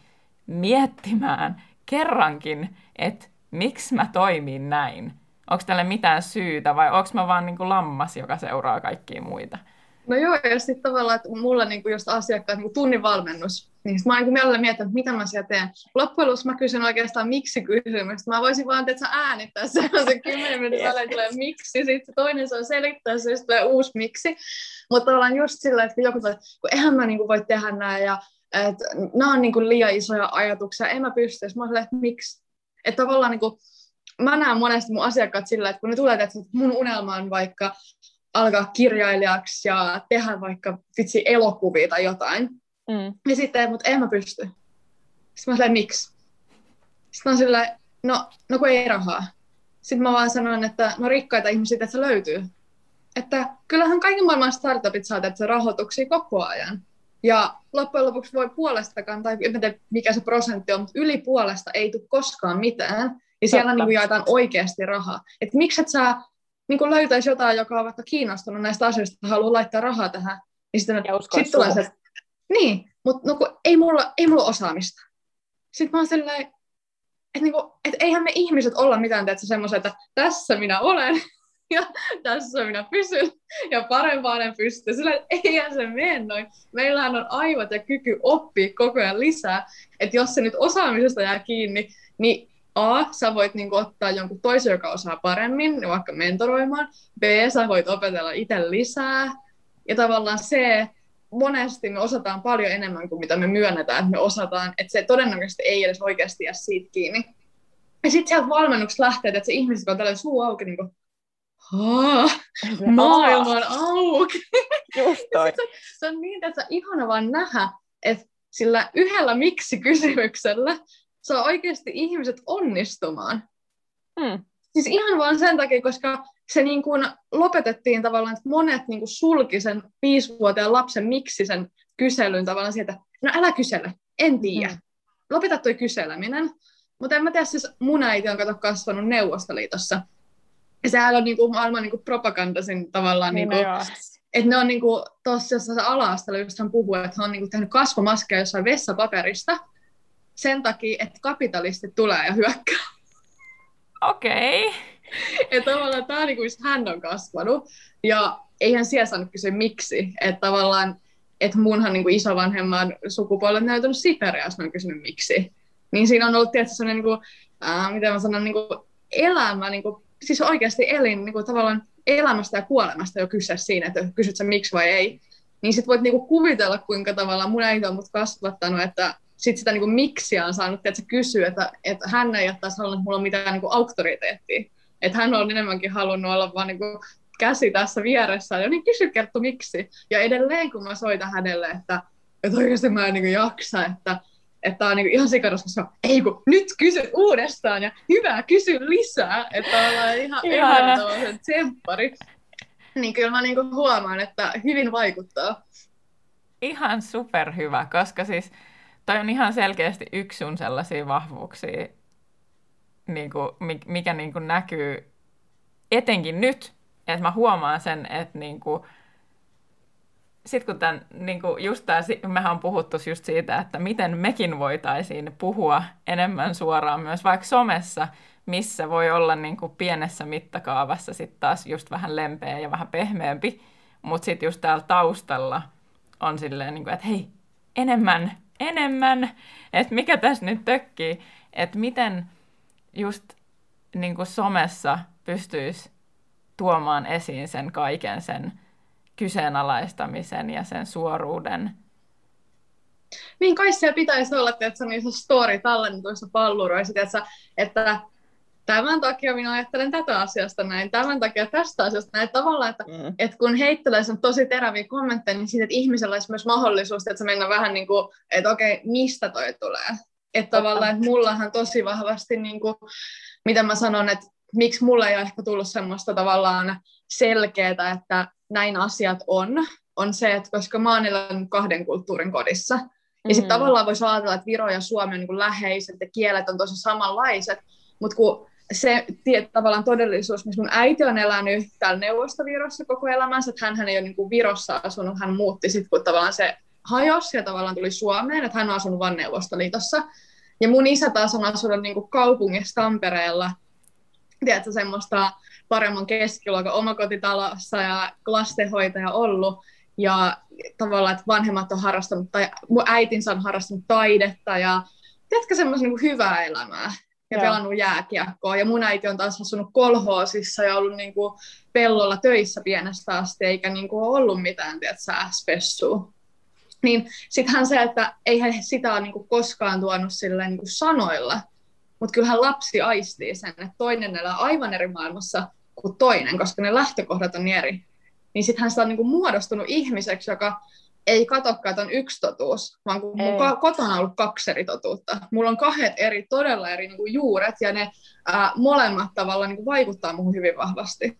miettimään kerrankin, että miksi mä toimin näin? Onko tälle mitään syytä vai onko mä vaan niin kuin lammas, joka seuraa kaikkia muita? No joo, ja sitten tavallaan, että mulla niinku just asiakkaat, niinku tunnin valmennus, niin sit mä oon niinku mielelläni miettinyt, että mitä mä siellä teen. Loppujen lopuksi mä kysyn oikeastaan miksi kysymystä. Mä voisin vaan tehdä äänittää sellaisen kymmenen minuutin välein tulee miksi, sitten toinen se on selittää, se tulee uusi miksi. Mutta ollaan just sillä, että joku tulee, kun eihän mä niinku voi tehdä näin, ja että nämä on niin kuin liian isoja ajatuksia, en mä pysty. Mä oon silleen, että miksi? Että tavallaan niin kuin, mä näen monesti mun asiakkaat sillä, että kun ne tulee, että mun unelma on vaikka alkaa kirjailijaksi ja tehdä vaikka vitsi elokuvia tai jotain. Mm. Ja sitten, mutta en mä pysty. Sitten mä silleen, miksi? Sitten mä silleen, no, no kun ei rahaa. Sitten mä vaan sanon, että no rikkaita ihmisiä tässä löytyy. Että kyllähän kaiken maailman startupit saa tässä rahoituksia koko ajan. Ja loppujen lopuksi voi puolestakaan, tai en tiedä mikä se prosentti on, mutta yli puolesta ei tule koskaan mitään. Ja siellä niin kuin jaetaan oikeasti rahaa. Että miksi et sä niin kuin löytäisi jotain, joka on vaikka kiinnostunut näistä asioista, että haluaa laittaa rahaa tähän. Niin sitten sit tulee se, niin, mutta no, ei, mulla, ei mulla osaamista. Sitten mä oon sellainen, että niinku, et eihän me ihmiset olla mitään teetä semmoisia, että tässä minä olen ja tässä minä pysyn ja parempaan en pysty. Sillä eihän se mene noin. Meillähän on aivot ja kyky oppia koko ajan lisää. Että jos se nyt osaamisesta jää kiinni, niin A, sä voit niinku ottaa jonkun toisen, joka osaa paremmin, vaikka mentoroimaan. B, sä voit opetella itse lisää. Ja tavallaan C, monesti me osataan paljon enemmän kuin mitä me myönnetään, että me osataan, että se todennäköisesti ei edes oikeasti jää siitä kiinni. Ja sitten sieltä valmennuksesta lähtee, että se ihmiset, kun on tällainen suu auki, niin kuin, maailma on auki. Just toi. Se, se on niin, että se on ihana vaan nähdä, että sillä yhdellä miksi-kysymyksellä saa oikeasti ihmiset onnistumaan. Hmm. Siis ihan vaan sen takia, koska se niin kuin lopetettiin tavallaan, että monet niin kuin sulki sen viisivuotiaan lapsen miksi sen kyselyn tavallaan sieltä, no älä kysele, en tiedä. Mm. Lopeta toi kyseleminen. Mutta en mä tiedä, siis mun äiti on kato kasvanut Neuvostoliitossa. Ja sehän on niin kuin maailman niin kuin propagandasin tavallaan, niin kuin, että ne on niin kuin tuossa jossain ala-asteella, just hän puhuu, että hän on niin kuin tehnyt kasvomaskeja jossain vessapaperista sen takia, että kapitalistit tulee ja hyökkää. Okei. Okay. Että tavallaan tämä on niin kuin, mistä hän on kasvanut. Ja eihän siellä saanut kysyä miksi. Että tavallaan, että munhan niin kuin isovanhemman sukupuolet näytänyt Siperiä, jos mä oon kysynyt miksi. Niin siinä on ollut tietysti sellainen, niin kuin, ää, miten mä sanon, niin kuin elämä, niin kuin, siis oikeasti elin niin kuin, tavallaan elämästä ja kuolemasta jo kyse siinä, että kysyt sä miksi vai ei. Niin sit voit niin kuin, kuvitella, kuinka tavallaan mun äiti on mut kasvattanut, että sit sitä niin kuin, miksiä on saanut, että se kysyy, että, että hän ei ole taas halunnut, että mulla on mitään niin kuin, auktoriteettia. Että hän on enemmänkin halunnut olla vaan niin kuin, käsi tässä vieressä. Ja niin kysy Kerttu miksi. Ja edelleen kun mä soitan hänelle, että, että oikeasti mä en niin kuin, jaksa, että että on niin kuin, ihan sikaros, koska ei kun nyt kysy uudestaan ja hyvä kysy lisää. Että ollaan ihan ehdottomasti tsemppari. Niin kyllä mä niin kuin, huomaan, että hyvin vaikuttaa. Ihan superhyvä, koska siis toi on ihan selkeästi yksi sun sellaisia vahvuuksia, niin kuin, mikä niin kuin näkyy etenkin nyt, että mä huomaan sen, että niin kuin, sit kun tämän, niin kuin just tää, mehän on puhuttu just siitä, että miten mekin voitaisiin puhua enemmän suoraan myös vaikka somessa, missä voi olla niin kuin pienessä mittakaavassa sit taas just vähän lempeä ja vähän pehmeämpi, mutta sitten just täällä taustalla on silleen, niin kuin, että hei, enemmän, enemmän, että mikä tässä nyt tökkii, että miten just niin kuin somessa pystyisi tuomaan esiin sen kaiken sen kyseenalaistamisen ja sen suoruuden. Niin kai siellä pitäisi olla, että niissä story-tallennetuissa palluroissa, että, että tämän takia minä ajattelen tätä asiasta näin, tämän takia tästä asiasta näin. Tavallaan, että, mm. että kun heittelee sen tosi teräviä kommentteja, niin siitä, että ihmisellä olisi myös mahdollisuus, että se mennä vähän niin kuin, että okei, mistä toi tulee? Että tavallaan, että mullahan tosi vahvasti, niin kuin, mitä mä sanon, että miksi mulla ei ole ehkä tullut semmoista tavallaan selkeää, että näin asiat on, on se, että koska mä oon elänyt kahden kulttuurin kodissa, mm-hmm. ja sitten tavallaan voisi ajatella, että Viro ja Suomi on niin kuin läheiset ja kielet on tosi samanlaiset, mutta kun se tiet, tavallaan todellisuus, missä mun äiti on elänyt täällä Neuvostovirossa koko elämänsä, että hän ei ole niin kuin Virossa asunut, hän muutti sitten, kun tavallaan se hajosi ja tavallaan tuli Suomeen, että hän on asunut vain Neuvostoliitossa. Ja mun isä taas on asunut niin kuin kaupungissa Tampereella, tiedätkö, semmoista paremman keskiluokan omakotitalossa ja lastenhoitaja ollut. Ja tavallaan, että vanhemmat on harrastanut, tai mun äitinsä on harrastanut taidetta ja tiedätkö, semmoista niin kuin hyvää elämää. Ja Joo. pelannut jääkiekkoa. Ja mun äiti on taas asunut kolhoosissa ja ollut niin kuin pellolla töissä pienestä asti, eikä niin kuin ollut mitään, tiedätkö, spessua. Niin sittenhän se, että eihän sitä ole niin kuin koskaan tuonut silleen niin kuin sanoilla, mutta kyllähän lapsi aistii sen, että toinen elää aivan eri maailmassa kuin toinen, koska ne lähtökohdat on eri. Niin sittenhän sitä on niin kuin muodostunut ihmiseksi, joka ei katsokaan, että on yksi totuus, vaan kun mun kotona on ollut kaksi eri totuutta. Mulla on kahdet eri, todella eri niin kuin juuret, ja ne ää, molemmat tavallaan niin kuin vaikuttaa muuhun hyvin vahvasti.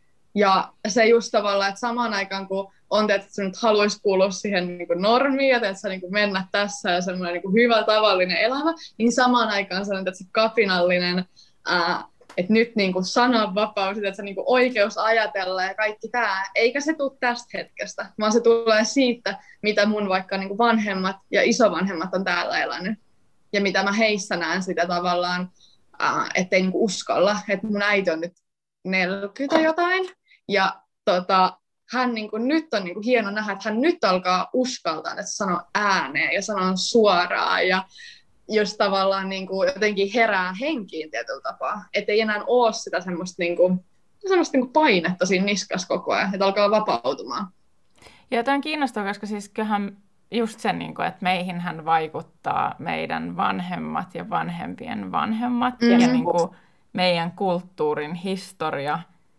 Ja se just tavallaan, että samaan aikaan kun on, että sä nyt haluaisi kuulua siihen niin kuin normiin, ja että sä niin kuin mennä tässä ja semmoinen niin kuin hyvä tavallinen elämä, niin samaan aikaan se on että se kapinallinen, ää, että nyt niin kuin sananvapaus, että se niin kuin oikeus ajatella ja kaikki tämä, eikä se tule tästä hetkestä, vaan se tulee siitä, mitä mun vaikka niin kuin vanhemmat ja isovanhemmat on täällä elänyt. Ja mitä mä heissä näen sitä tavallaan, ää, ettei niin kuin uskalla, että mun äiti on nyt neljäkymmentä jotain, ja tota, hän niin kuin, nyt on niin kuin, hieno nähdä, että hän nyt alkaa uskaltaa, että sanoo ääneen ja sanoo suoraan ja jos tavallaan niin kuin, jotenkin herää henkiin tietyllä tapaa, ettei enää ole sitä semmoista, niin kuin, semmoista niin kuin painetta siinä niskassa koko ajan, että alkaa vapautumaan. Ja tämä on kiinnostavaa, koska siis kyllähän just se, niin kuin, että meihinhän vaikuttaa meidän vanhemmat ja vanhempien vanhemmat mm-hmm. ja niin kuin, meidän kulttuurin historia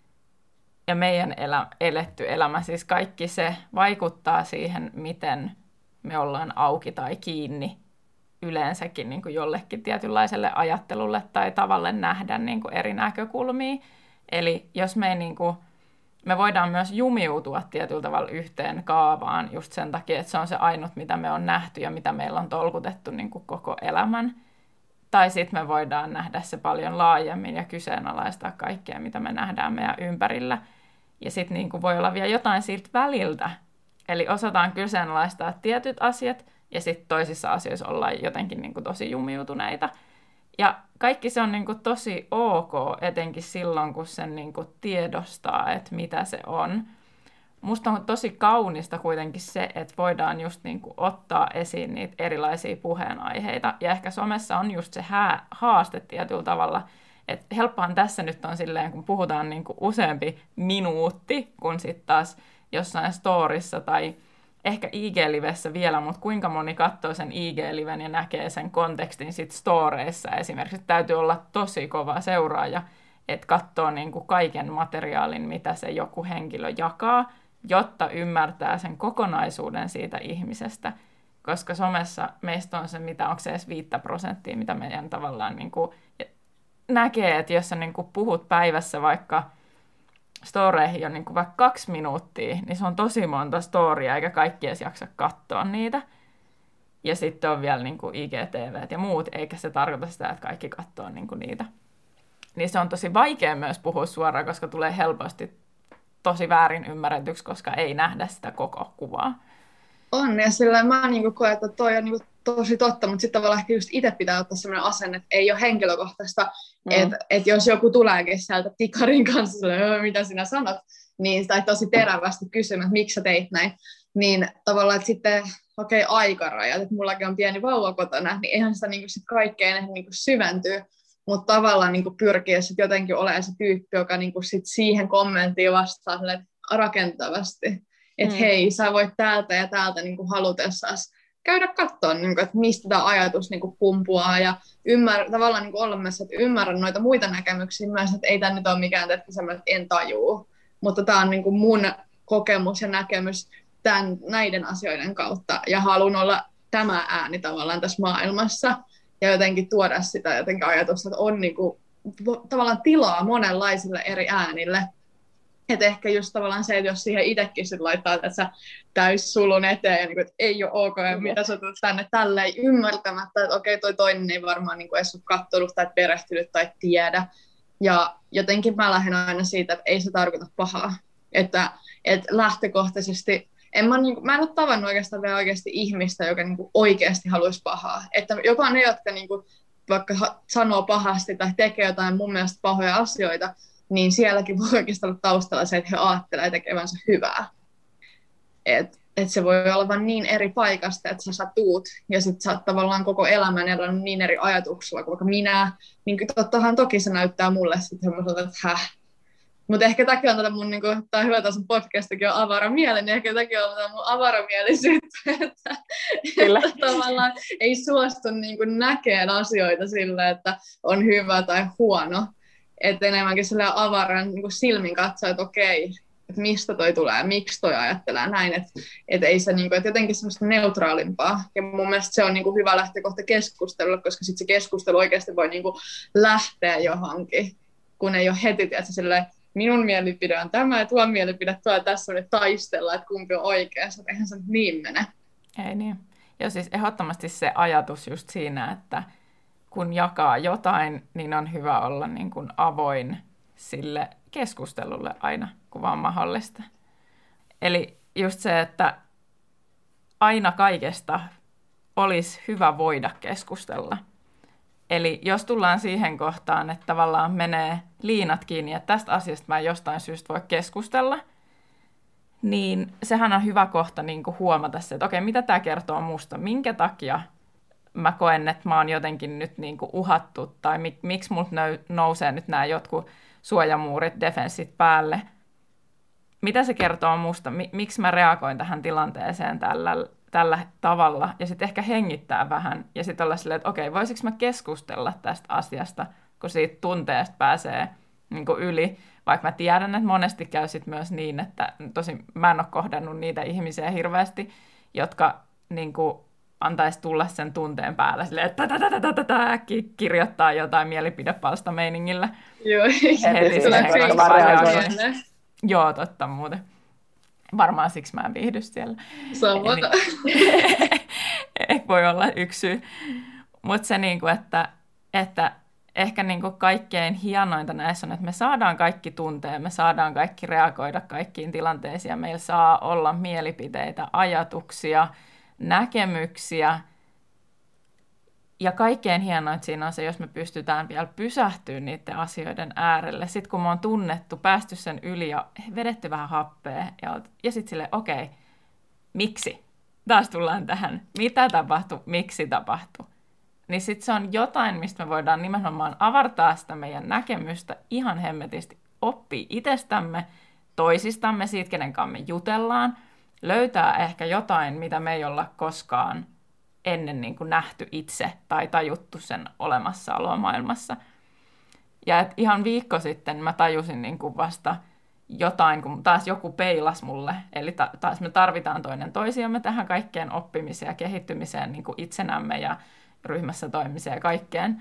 ja meidän elä, eletty elämä, siis kaikki se vaikuttaa siihen, miten me ollaan auki tai kiinni yleensäkin niin kuin jollekin tietynlaiselle ajattelulle tai tavalle nähdä niin kuin eri näkökulmia. Eli jos me, niin kuin, me voidaan myös jumiutua tietyllä tavalla yhteen kaavaan just sen takia, että se on se ainut, mitä me on nähty ja mitä meillä on tolkutettu niin kuin koko elämän. Tai sitten me voidaan nähdä se paljon laajemmin ja kyseenalaistaa kaikkea, mitä me nähdään meidän ympärillä. Ja sitten niin voi olla vielä jotain siltä väliltä. Eli osataan kyseenalaistaa tietyt asiat, ja sitten toisissa asioissa ollaan jotenkin niin kuin tosi jumiutuneita. Ja kaikki se on niin kuin tosi ok, etenkin silloin, kun sen niin kuin tiedostaa, että mitä se on. Musta on tosi kaunista kuitenkin se, että voidaan just niin kuin ottaa esiin niitä erilaisia puheenaiheita. Ja ehkä somessa on just se hää, haaste tietyllä tavalla, että helppohan tässä nyt on silleen, kun puhutaan niin kuin useampi minuutti, kun sitten taas jossain storissa tai ehkä I G-livessä vielä, mutta kuinka moni katsoo sen I G-liven ja näkee sen kontekstin sitten storeissa esimerkiksi. Että täytyy olla tosi kova seuraaja, että katsoo niin kuin kaiken materiaalin, mitä se joku henkilö jakaa, jotta ymmärtää sen kokonaisuuden siitä ihmisestä, koska somessa meistä on se, mitä onko se edes viittä prosenttia, mitä meidän tavallaan niin kuin näkee, että jos sä niin kuin puhut päivässä vaikka storeihin on niin kuin vaikka kaksi minuuttia, niin se on tosi monta storia, eikä kaikki edes jaksa katsoa niitä. Ja sitten on vielä niin kuin I G T V ja muut, eikä se tarkoita sitä, että kaikki katsoo niin kuin niitä. Niin se on tosi vaikea myös puhua suoraan, koska tulee helposti tosi väärin ymmärretyksi, koska ei nähdä sitä koko kuvaa. On, ja sillä mä niin koen, että toi on niin kuin tosi totta, mutta sitten tavallaan ehkä just itse pitää ottaa sellainen asenne, että ei ole henkilökohtaista, mm. että et jos joku tuleekin sieltä tikarin kanssa, sille, mitä sinä sanot, niin tai tosi terävästi kysymään, että miksi sä teit näin, niin tavallaan, että sitten okei, okay, aikarajat, että mullakin on pieni vauva kotona, niin eihän sitä niin sitten kaikkeen niin syventyy, mutta tavallaan niin pyrkiä sitten jotenkin olemaan se tyyppi, joka niin sit siihen kommenttiin vastaa rakentavasti, että mm. hei, sä voit täältä ja täältä niin halutessasi käydä katsoa, niin kuin, että mistä tämä ajatus niin kuin, pumpuaa ja ymmär, tavallaan niin kuin, olla myös, että ymmärrän noita muita näkemyksiä myös, että ei tämä nyt ole mikään että semmoinen, että en tajuu, mutta tämä on niin kuin, mun kokemus ja näkemys tämän, näiden asioiden kautta ja haluan olla tämä ääni tavallaan tässä maailmassa ja jotenkin tuoda sitä jotenkin ajatusta, että on niin kuin, tavallaan tilaa monenlaisille eri äänille. Että ehkä just tavallaan se, että jos siihen itsekin sit laittaa tässä täyssulun eteen, ja niin kuin, että ei ole ok, ja mitä sä tulet tänne tälleen ymmärtämättä, että okei, toi toinen ei varmaan niin kuin edes ole katsonut tai perehtynyt tai tiedä. Ja jotenkin mä lähden aina siitä, että ei se tarkoita pahaa. Että, että lähtökohtaisesti, en mä, niin kuin, mä en ole tavannut oikeastaan vielä oikeasti ihmistä, joka niin kuin oikeasti haluaisi pahaa. Että jopa ne, jotka niin kuin, vaikka sanoo pahasti tai tekee jotain mun mielestä pahoja asioita, niin sielläkin voi oikeastaan olla taustalla se, että he ajattelevat tekevänsä hyvää. Että et se voi olla vain niin eri paikasta, että sä, sä tuut, ja sit sä oot tavallaan koko elämän elänyt niin eri ajatuksella kuin vaikka minä. Niin tottahan toki se näyttää mulle sitten semmoiselta, että häh. Mutta ehkä tämäkin on tätä mun, niinku, tää on hyvä, että sun podcastikin on avara mieli, niin ehkä tämäkin on tätä mun avaramielisyyttä, että, että tavallaan ei suostu niinku näkemään asioita sillä, että on hyvä tai huono. Että enemmänkin sillä avaran niinku silmin katsoa, että okei, että mistä toi tulee, miksi toi ajattelee näin, että et ei se niinku, että jotenkin semmoista neutraalimpaa. Ja mun mielestä se on niinku hyvä lähtökohta keskustelulle, koska sitten se keskustelu oikeasti voi niinku lähteä johonkin, kun ei ole heti, että silleen, minun mielipide on tämä ja tuo mielipide tuo tässä on taistella, että kumpi on oikeassa. Eihän se niin mene. Ei niin. Ja siis ehdottomasti se ajatus just siinä, että kun jakaa jotain, niin on hyvä olla niin kuin avoin sille keskustelulle aina, kun vaan mahdollista. Eli just se, että aina kaikesta olisi hyvä voida keskustella. Eli jos tullaan siihen kohtaan, että tavallaan menee liinat kiinni, että tästä asiasta mä en jostain syystä voi keskustella, niin sehän on hyvä kohta niin kuin huomata se, että okei, mitä tämä kertoo musta, minkä takia mä koen, että mä oon jotenkin nyt niin kuin uhattu, tai mik, miksi multa nousee nyt nämä jotkut suojamuurit, defenssit päälle. Mitä se kertoo musta, miksi mä reagoin tähän tilanteeseen tällä tällä tavalla, ja sitten ehkä hengittää vähän, ja sitten olla silleen, että okei, voisiko mä keskustella tästä asiasta, kun siitä tunteesta pääsee niin kuin yli, vaikka mä tiedän, että monesti käy sit myös niin, että tosin mä en ole kohdannut niitä ihmisiä hirveästi, jotka niin kuin antaisi tulla sen tunteen päällä silleen, että äkkiä kirjoittaa jotain mielipidepalsta meiningillä. Joo, heti siihen. Joo, totta muuten. Varmaan siksi mä en viihdy siellä. Sama. Eli, voi olla yksi syy. Mutta se, niinku, että, että ehkä niinku kaikkein hienointa näissä on, että me saadaan kaikki tuntea, me saadaan kaikki reagoida kaikkiin tilanteisiin, ja meillä saa olla mielipiteitä, ajatuksia, näkemyksiä. Ja kaikkein hienointa siinä on se, jos me pystytään vielä pysähtyä niiden asioiden äärelle. Sitten kun me on tunnettu, päästy sen yli ja vedetty vähän happea, ja, ja sitten silleen, okei, okay, miksi? Taas tullaan tähän. Mitä tapahtui? Miksi tapahtui? Niin sitten se on jotain, mistä me voidaan nimenomaan avartaa sitä meidän näkemystä ihan hemmetisti, oppia itsestämme, toisistamme, siitä kenen kanssa me jutellaan, löytää ehkä jotain, mitä me ei olla koskaan ennen niin kuin nähty itse tai tajuttu sen olemassaoloa maailmassa. Ja et ihan viikko sitten mä tajusin niin kuin vasta jotain, kun taas joku peilas mulle. Eli ta- taas me tarvitaan toinen toisiamme tähän kaikkeen oppimiseen ja kehittymiseen niin kuin itsenämme ja ryhmässä toimimiseen ja kaikkeen.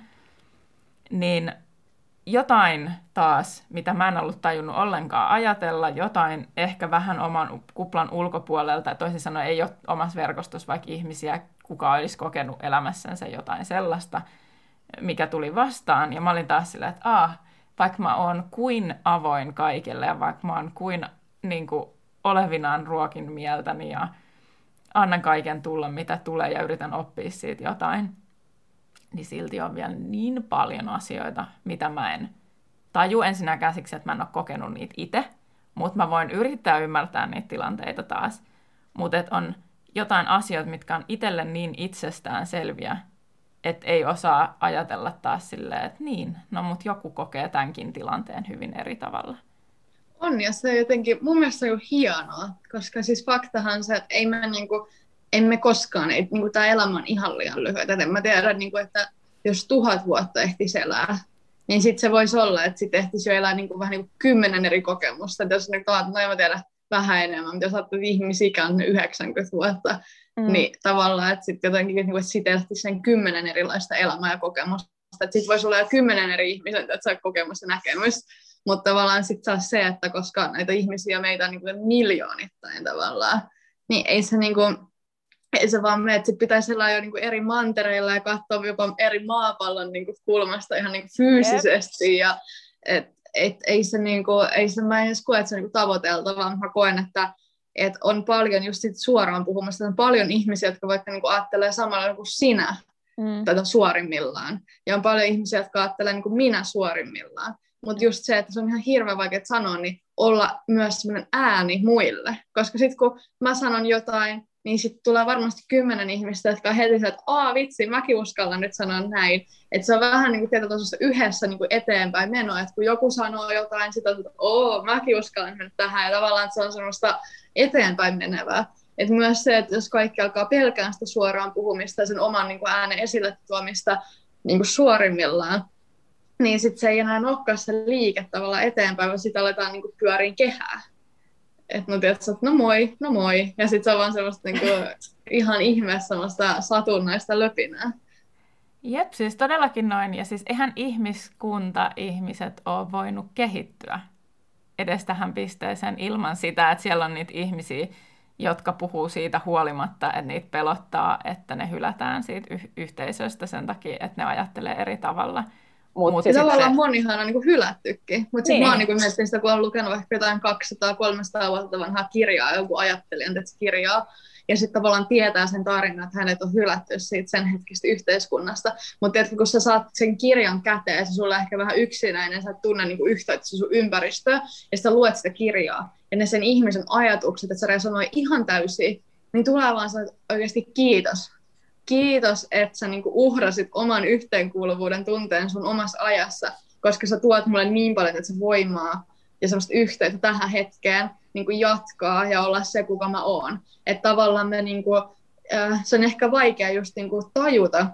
Niin jotain taas, mitä mä en ollut tajunnut ollenkaan ajatella, jotain ehkä vähän oman kuplan ulkopuolelta, toisin sanoen ei ole omassa verkostossa vaikka ihmisiä, kuka olisi kokenut elämässänsä jotain sellaista, mikä tuli vastaan. Ja mä olin taas silleen, että aah, vaikka mä oon kuin avoin kaikille ja vaikka mä oon kuin, niin kuin olevinaan ruokin mieltäni ja annan kaiken tulla, mitä tulee ja yritän oppia siitä jotain, niin silti on vielä niin paljon asioita, mitä mä en taju ensinnäkään siksi, että mä en ole kokenut niitä itse, mutta mä voin yrittää ymmärtää niitä tilanteita taas. Mutta on jotain asioita, mitkä on itselle niin itsestään selviä, että ei osaa ajatella taas silleen, että niin, no mut joku kokee tämänkin tilanteen hyvin eri tavalla. On, ja se jotenkin, mun mielestä se on hienoa, koska siis faktahan se, että ei me niinku, emme koskaan, ei, niinku tämä elämä on ihan liian lyhyt. Et en mä tiedä, niinku, että jos tuhat vuotta ehtisi elää, niin sitten se voisi olla, että sitten ehtisi jo elää niinku, vähän niin kuin kymmenen eri kokemusta. Et jos nyt olet, no en mä tiedä, vähän enemmän, mutta jos ajattelet ihmisikä on yhdeksänkymmentä vuotta, mm. niin tavallaan, että sitten jotenkin, niin että sitten ehtisi sen kymmenen erilaista elämää ja kokemusta. Että sitten voisi olla jo kymmenen eri ihmisen, että saa kokemus ja näkemys. Mutta tavallaan sitten saa se, että koska näitä ihmisiä meitä on niin miljoonittain tavallaan, niin ei se, niin kuin, ei se vaan mene, että sit pitäisi olla jo niin kuin eri mantereilla ja katsoa jopa eri maapallon niin kuin kulmasta ihan niin kuin fyysisesti. Yep. Ja, et, et, ei se, niin kuin, ei se, mä en edes koe, että se on niin kuin tavoiteltavaa. Mä koen, että et on paljon just sit suoraan puhumassa, on paljon ihmisiä, jotka vaikka niin kuin ajattelee samalla kuin sinä mm. tätä suorimmillaan. Ja on paljon ihmisiä, jotka ajattelee niin kuin minä suorimmillaan. Mutta just se, että se on ihan hirveän vaikea sanoa, niin olla myös semmoinen ääni muille. Koska sitten kun mä sanon jotain, niin sitten tulee varmasti kymmenen ihmistä, jotka on heti että aa vitsi, mäkin uskallan nyt sanoa näin. Että se on vähän niin kuin yhdessä niin kuin eteenpäin menoa, että kun joku sanoo jotain, sitten on, että oo, mäkin uskallan mennä tähän, ja tavallaan että se on semmoista eteenpäin menevää. Että myös se, että jos kaikki alkaa pelkään sitä suoraan puhumista ja sen oman niin kuin äänen esille tuomista niin kuin suorimmillaan, niin sitten se ei enää olekaan se liike tavallaan eteenpäin, vaan sitten aletaan niin kuin pyöriin kehää. Että no tiedätkö, että no moi, no moi. Ja sitten se on vaan semmoista niin kuin, ihan ihme semmoista satunnaista löpinää. Jep, siis todellakin noin. Ja siis eihän ihmiskunta, ihmiset ole voinut kehittyä edes tähän pisteeseen ilman sitä, että siellä on niitä ihmisiä, jotka puhuu siitä huolimatta, että niitä pelottaa, että ne hylätään siitä y- yhteisöstä sen takia, että ne ajattelee eri tavalla. Mut Mut sitten tavallaan monihan on niinku hylättykin. Mutta sitten niin. Mä oon niinku miettinyt sitä, kun olen lukenut vaikka jotain kaksisataa kolmesataa vuotta vanhaa kirjaa, joku ajattelijan tätä kirjaa, ja sitten tavallaan tietää sen tarinan, että hänet on hylätty siitä sen hetkistä yhteiskunnasta. Mutta tiedätkö, kun sä saat sen kirjan käteen, ja se sulla ehkä vähän yksinäinen, sä et tunne niinku yhteyttä sun ympäristöä, ja sitten luet sitä kirjaa, ja ne sen ihmisen ajatukset, että se resonoi ihan täysin, niin tulee vaan se oikeasti kiitos. Kiitos, että sä niinku uhrasit oman yhteenkuuluvuuden tunteen sun omassa ajassa, koska sä tuot mulle niin paljon, että se voimaa ja semmoista yhteyttä tähän hetkeen niinku jatkaa ja olla se, kuka mä oon. Että tavallaan me niinku, äh, se on ehkä vaikea just niinku tajuta,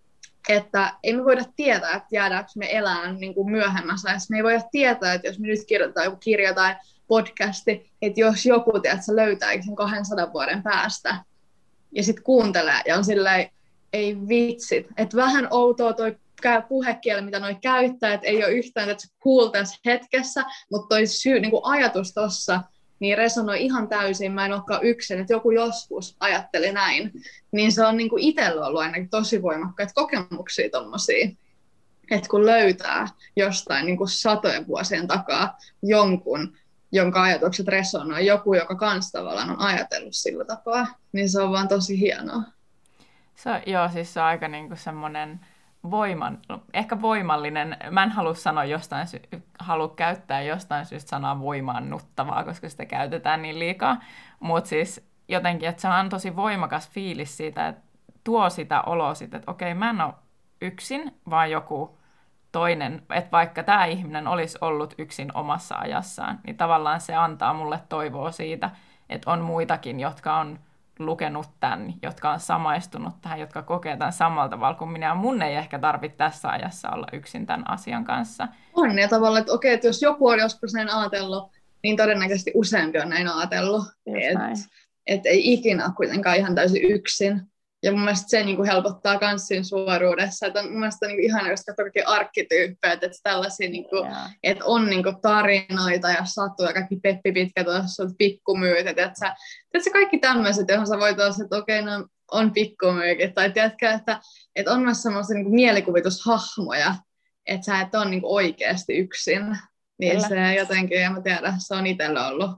että ei me voida tietää, että jäädäänkö me elään niinku myöhemmässä ajassa. Me ei voida tietää, että jos me nyt kirjoitetaan joku kirja tai podcasti, että jos joku tiedät, sä löytää sen kahdensadan vuoden päästä, ja sitten kuuntelee, ja on silleen, ei vitsit. Että vähän outoa toi puhekieli, mitä noi käyttää, että ei ole yhtään, että se cool tässä hetkessä, mutta toi syy, niin kuin ajatus tossa, niin resonoi ihan täysin, mä en olekaan yksin, että joku joskus ajatteli näin. Niin se on niin kuin itsellä ollut ainakin tosi voimakkaita kokemuksia tommosia, että kun löytää jostain niin kuin satojen vuosien takaa jonkun, jonka ajatukset resonoi, joku, joka kans tavallaan on ajatellut sillä tapaa, niin se on vaan tosi hienoa. Se on, joo, siis se on aika niinku semmoinen voiman, ehkä voimallinen, mä en halua sanoa jostain, sy- halua käyttää jostain syystä sanaa voimaannuttavaa, koska sitä käytetään niin liikaa, mutta siis jotenkin, että se on tosi voimakas fiilis siitä, että tuo sitä oloa siitä, että okei, mä en ole yksin, vaan joku toinen, että vaikka tämä ihminen olisi ollut yksin omassa ajassaan, niin tavallaan se antaa mulle toivoa siitä, että on muitakin, jotka on lukenut tämän, jotka on samaistunut tähän, jotka kokee tämän samalla tavalla kuin minä. Mun ei ehkä tarvitse tässä ajassa olla yksin tämän asian kanssa. On ja tavallaan, että okei, että jos joku on joskus näin ajatellut, niin todennäköisesti useampi on näin ajatellut. Että et ei ikinä ole kuitenkaan ihan täysin yksin. Ja mun mielestä se niinku helpottaa myös siinä suoruudessa. Että on mun mielestä niinku ihana, jos katsoo kaikki arkkityyppejä, että tällaisia, niinku, yeah. että on niinku tarinoita ja satuja, kaikki Peppi Pitkä tuossa, pikkumyyt. Että et sä, et sä kaikki tämmöiset, johon sä voit olla, että okei, okay, no on pikkumyykit. Tai tiedätkö, että, että on myös semmoisia niinku mielikuvitushahmoja, että sä et ole niinku oikeasti yksin. Niin Kyllä. se jotenkin, en mä tiedä, se on itsellä ollut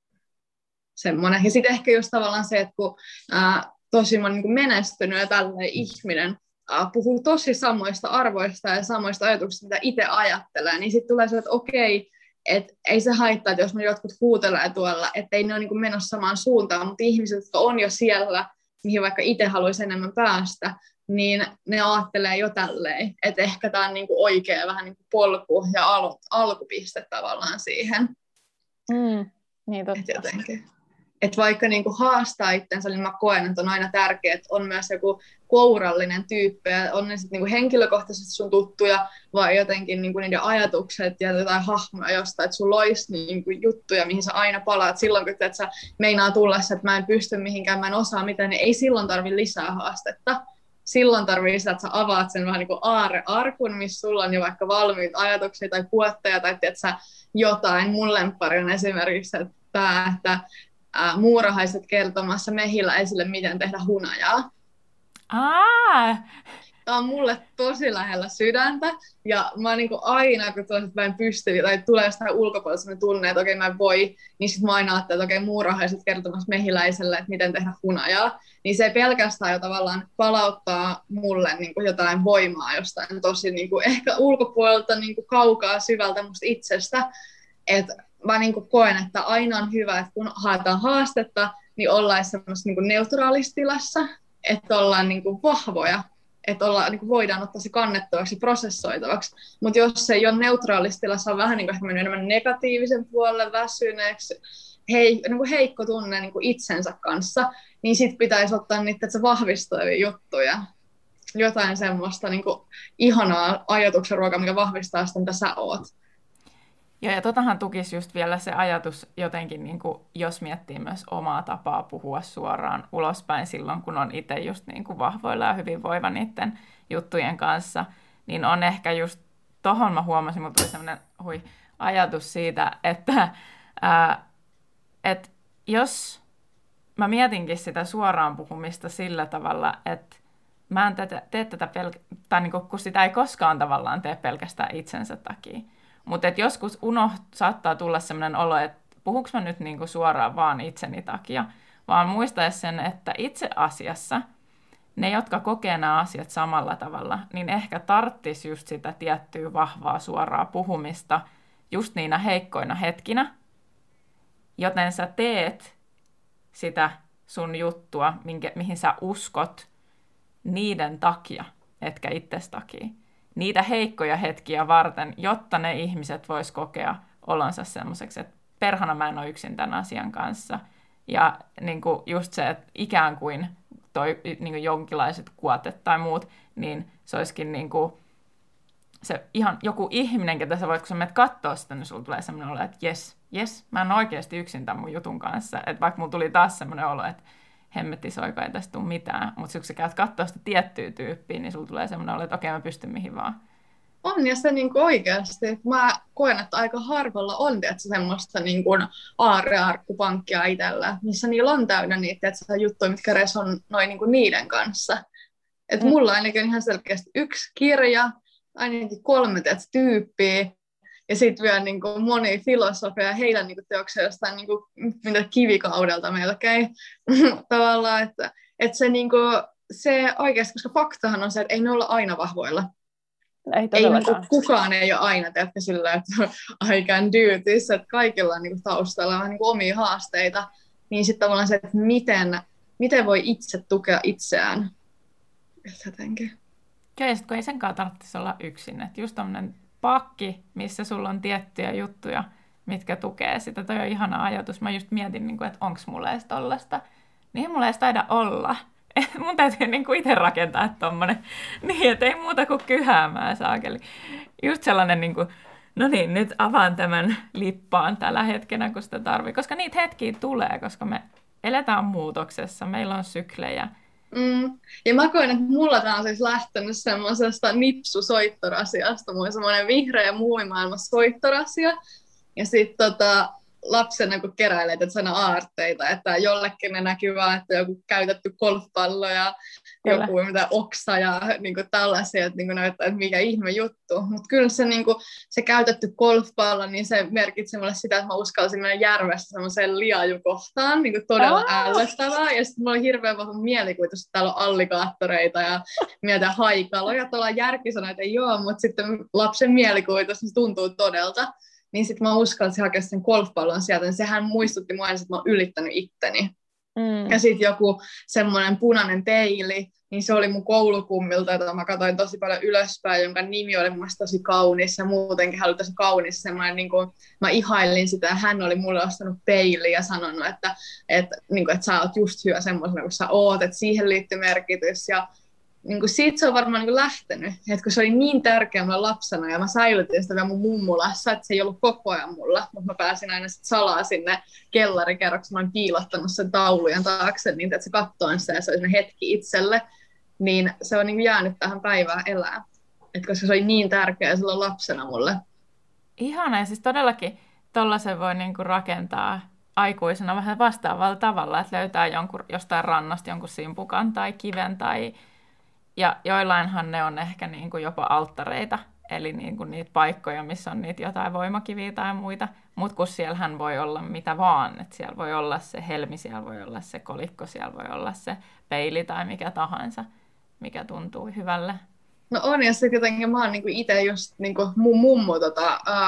semmoinen. Ja sitten ehkä just tavallaan se, että kun ää, tosi niin menestynyt ja tällainen ihminen äh, puhuu tosi samoista arvoista ja samoista ajatuksista, mitä itse ajattelee, niin sitten tulee se, että okei, että ei se haittaa, että jos me jotkut huutelee tuolla, että ei ne ole niin menossa samaan suuntaan, mutta ihmiset, jotka on jo siellä, mihin vaikka itse haluaisi enemmän päästä, niin ne ajattelee jo tälleen, että ehkä tämä on niin oikea vähän niin polku ja al- alkupiste tavallaan siihen. Mm, niin totta. Et jotenkin. Että vaikka niinku haastaa itsensä, niin mä koen, että on aina tärkeää, että on myös joku kourallinen tyyppi, ja on ne sitten niinku henkilökohtaisesti sun tuttuja, vai jotenkin niinku niiden ajatukset ja jotain hahmoja jostain, että sulla olisi niinku juttuja, mihin sä aina palaat silloin, kun et sä meinaa tulla se, että mä en pysty mihinkään, mä en osaa mitään, niin ei silloin tarvi lisää haastetta. Silloin tarvii sitä, että sä avaat sen vähän niin kuin aarrearkun, missä sulla on jo vaikka valmiita ajatuksia tai puotteja, tai että sä jotain. Mun lemppari on esimerkiksi tämä, että ää, muurahaiset kertomassa mehiläisille, miten tehdä hunajaa. Ah. Tämä on mulle tosi lähellä sydäntä, ja mä niin kuin aina, kun tuolla, että mä en pysty, tai tulee jostain ulkopuolella sellainen tunne, että okei, mä en voi, niin sitten mä aina ajattelen, että okei, muurahaiset kertomassa mehiläiselle, että miten tehdä hunajaa. Niin se pelkästään jo tavallaan palauttaa mulle niin kuin jotain voimaa jostain tosi niin kuin ehkä ulkopuolelta niin kuin kaukaa syvältä musta itsestä. Että mä niin kuin koen, että aina on hyvä, että kun haetaan haastetta, niin ollaan semmoisessa niin neutraalissa tilassa, että ollaan niin kuin vahvoja, että ollaan, niin kuin voidaan ottaa se kannettavaksi ja prosessoitavaksi. Mutta jos se ei ole neutraalissa tilassa, on vähän niin kuin ehkä mennyt enemmän negatiivisen puolelle, väsyneeksi, hei, niin kuin heikko tunne niin kuin itsensä kanssa, niin sit pitäisi ottaa niitä että se vahvistavia juttuja. Jotain semmoista niin kuin ihanaa ajatuksen ruokaa, mikä vahvistaa sitä, mitä sä oot. Joo, ja totahan tukisi just vielä se ajatus jotenkin, niin kuin, jos miettii myös omaa tapaa puhua suoraan ulospäin silloin, kun on itse just niin kuin vahvoilla ja hyvinvoiva niiden juttujen kanssa, niin on ehkä just, tohon mä huomasin, mulla tuli sellainen hui, ajatus siitä, että ää, et jos mä mietinkin sitä suoraan puhumista sillä tavalla, että mä en tätä, tee tätä, pelk- tai niin kuin, kun sitä ei koskaan tavallaan tee pelkästään itsensä takia. Mutta joskus unoht, saattaa tulla sellainen olo, että puhuks mä nyt niinku suoraan vaan itseni takia, vaan muistaisi sen, että itse asiassa ne, jotka kokee nämä asiat samalla tavalla, niin ehkä tarttisi just sitä tiettyä vahvaa suoraa puhumista just niinä heikkoina hetkinä, joten sä teet sitä sun juttua, minkä, mihin sä uskot niiden takia, etkä itses takia. Niitä heikkoja hetkiä varten, jotta ne ihmiset vois kokea olonsa semmoiseksi, että perhana mä en ole yksin tämän asian kanssa. Ja niin kuin just se, että ikään kuin toi niin kuin jonkinlaiset kuotet tai muut, niin se olisikin niin kuin se ihan joku ihminen, ketä sä voit, kun sä menet katsoa sitä, niin sulla tulee semmoinen olo, että jes, jes, mä en ole oikeasti yksin tämän mun jutun kanssa. Että vaikka mulla tuli taas semmoinen olo, että hemmetti soiko, ei tästä tule mitään. Mutta kun sä käyt katsoa sitä tiettyä tyyppiä, niin sulla tulee semmoinen olo, että okei, mä pystyn mihin vaan. On, ja se niin kuin oikeasti. Mä koen, että aika harvalla on tietysti, semmoista niin kuin aarrearkkupankkia itsellä, missä niillä on täynnä niitä tietysti, juttuja, mitkä resonoi niin kuin niiden kanssa. Et mm. mulla ainakin on ihan selkeästi yksi kirja, ainakin kolme tietysti, tyyppiä, ja sitten vielä niin kuin moni filosofia, heidän niin kuin teoksia jostain niin kuin, mitä kivikaudelta melkein. Tavallaan, että, että se, niin kuin, se oikeasti, koska faktahan on se, että ei ne olla aina vahvoilla. Ei, ei niin kuin, kukaan ei ole aina, teetkö sillä, että I can do this, että kaikilla on niin kuin, taustalla vähän niin kuin, omia haasteita. Niin sitten tavallaan se, että miten, miten voi itse tukea itseään. Jotenkin. Ja sitten kun ei senkaan tarvitsisi olla yksin. Että just tämmöinen pakki, missä sulla on tiettyjä juttuja, mitkä tukee sitä. Toi on ihana ajatus. Mä just mietin, että onko mulla edes tollasta. Niin ei mulla edes taida olla. Mun täytyy niinku itse rakentaa tommonen. Niin, että ei muuta kuin kyhäämään saakeli. Just sellainen, niinku, no niin, nyt avaan tämän lippaan tällä hetkenä, kun sitä tarvii. Koska niitä hetkiä tulee, koska me eletään muutoksessa. Meillä on syklejä. Mm. Ja mä koen, että mulla tää on siis lähtenyt semmoisesta nipsusoittorasiasta. Mulla on semmoinen vihreä muumimaailman soittorasia. Ja sit tota, lapsena kun keräilet, että sana aarteita, että jollekin ne näkyy vaan, että joku käytetty golfpallo ja Kyllä. joku mitä oksa ja niin kuin tällaisia, että niin kuin näyttää, että mikä ihme juttu. Mutta kyllä se, niin kuin, se käytetty golfpallo, niin se merkitsee mulle sitä, että mä uskalsin mennä järvessä semmoiseen liajukohtaan, niin kuin todella oh. ällöttävää. Ja sitten mulla oli hirveän vahva mielikuvitus, että täällä on allikaattoreita ja mietin haikaloja. Tuolla järki sanoi, että ei joo, mutta sitten lapsen mielikuvitus niin se tuntuu todelta. Niin sitten mä uskalsin hakea sen golfpallon sieltä, niin sehän muistutti mua ensin, että mä oon ylittänyt itteni. Mm. Ja sitten joku semmoinen punainen peili, niin se oli mun koulukummilta, jota mä katsoin tosi paljon ylöspäin, jonka nimi oli mun mielestä tosi kaunis, ja muutenkin hän oli tosi kaunis, semmoinen, niin kuin, mä ihailin sitä, ja hän oli mulle ostanut peili ja sanonut, että, että, niin kuin, että sä oot just hyvä semmoisena kuin sä oot, että siihen liittyy merkitys, ja niin kuin siitä se on varmaan niin kuin lähtenyt, että kun se oli niin tärkeä mulle lapsena ja mä säilytin sitä vielä mun mummulassa, että se ei ollut koko ajan mulla, mutta mä pääsin aina sit salaa sinne kellarikerroksi, mä oon piilottanut sen taulujen taakse, niin että se kattoin se ja se oli hetki itselle, niin se on niin kuin jäänyt tähän päivään elää, että koska se oli niin tärkeä silloin lapsena mulle. Ihana, ja siis todellakin tollaisen voi niin kuin rakentaa aikuisena vähän vastaavalla tavalla, että löytää jonkun, jostain rannasta jonkun simpukan tai kiven tai ja joillainhan ne on ehkä niin kuin jopa alttareita, eli niin kuin niitä paikkoja, missä on niitä jotain voimakiviä tai muita, mutta kun siellähän voi olla mitä vaan, että siellä voi olla se helmi, siellä voi olla se kolikko, siellä voi olla se peili tai mikä tahansa, mikä tuntuu hyvälle. No on, ja sitten jotenkin mä oon niinku itse just niinku mun mummu tota, uh,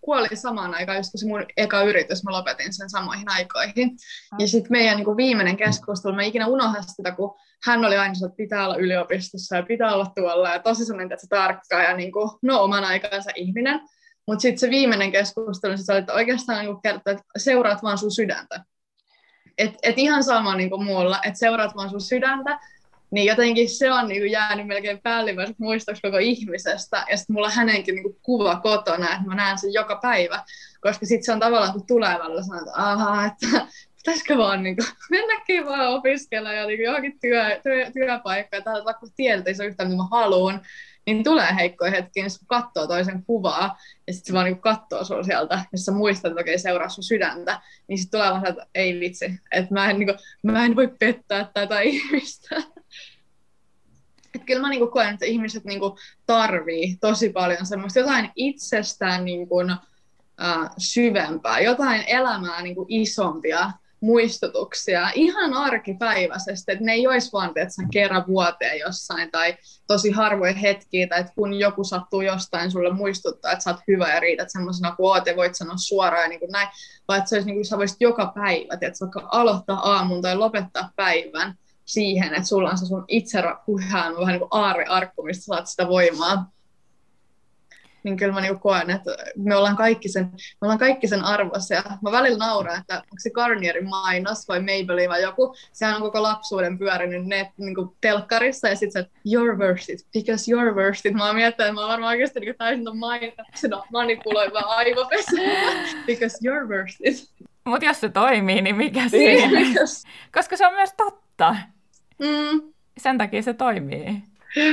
kuoli samaan aikaan, just kun se mun eka yritys, mä lopetin sen samoihin aikoihin. Ja sitten meidän niin kuin viimeinen keskustelu, mä ikinä unohdan sitä, kun hän oli aina, että pitää olla yliopistossa ja pitää olla tuolla ja tosi sellainen, että se tarkka ja niin kuin, no oman aikansa ihminen. Mutta sitten se viimeinen keskustelu, se oli, että oikeastaan niin kertoo, että seuraat vaan sun sydäntä. Et, et ihan sama niin kuin mulla, että seuraat vaan sun sydäntä, niin jotenkin se on niin kuin jäänyt melkein päällimmäiseksi muistoksi koko ihmisestä. Ja sitten mulla on hänenkin niin kuin kuva kotona, että mä näen sen joka päivä. Koska sitten se on tavallaan, kun tulee välillä sanoa, että ahaa, että pitäisikö vaan niin kuin, mennäkin vaan opiskella ja niin kuin johonkin työ, työ, työpaikkaan. Tällä vaikka tiedät, ei se ole yhtään mitä mä haluan. Niin tulee heikkoja hetkiä, niin katsoo toisen kuvaa, ja sitten se vaan niin katsoo sun sieltä, ja sä muistat, että okei, seuraa sun sydäntä, niin sitten tulee vaan että ei vitsi, että mä en, niin kuin, mä en voi pettää tätä ihmistä. Että kyllä mä niin kuin koen, että ihmiset niin kuin tarvii tosi paljon semmoista jotain itsestään niin kuin, äh, syvempää, jotain elämää niin kuin isompia muistutuksia, ihan arkipäiväisesti, että ne ei olisi vaan, että sä kerran vuoteen jossain, tai tosi harvoja hetkiä, tai että kun joku sattuu jostain sulle muistuttaa, että sä oot hyvä ja riität semmoisena kuin oot, ja voit sanoa suoraan ja niin kuin näin, vaan että se olisi niin kuin sä voisit joka päivä, että sä vaikka aloittaa aamun tai lopettaa päivän siihen, että sulla on se sun itserapuhään vähän niin kuin aarrearkku, mistä saat sitä voimaa. Niin kyllä mä niinku koen, että me ollaan kaikki sen, me ollaan kaikki sen arvoisia. Mä välillä nauraan, että onko se Garnierin mainos vai Maybelline vai joku, sehän on koko lapsuuden pyörinyt net, niinku telkkarissa ja sitten se, you're worth it, because you're worth it. Mä oon miettinyt, että mä oon varmaan oikeasti niinku täysin ton mainoksena manipuloiva aivopesua, because you're worth it. Mutta jos se toimii, niin mikä siinä? Koska se on myös totta. Mm. Sen takia se toimii.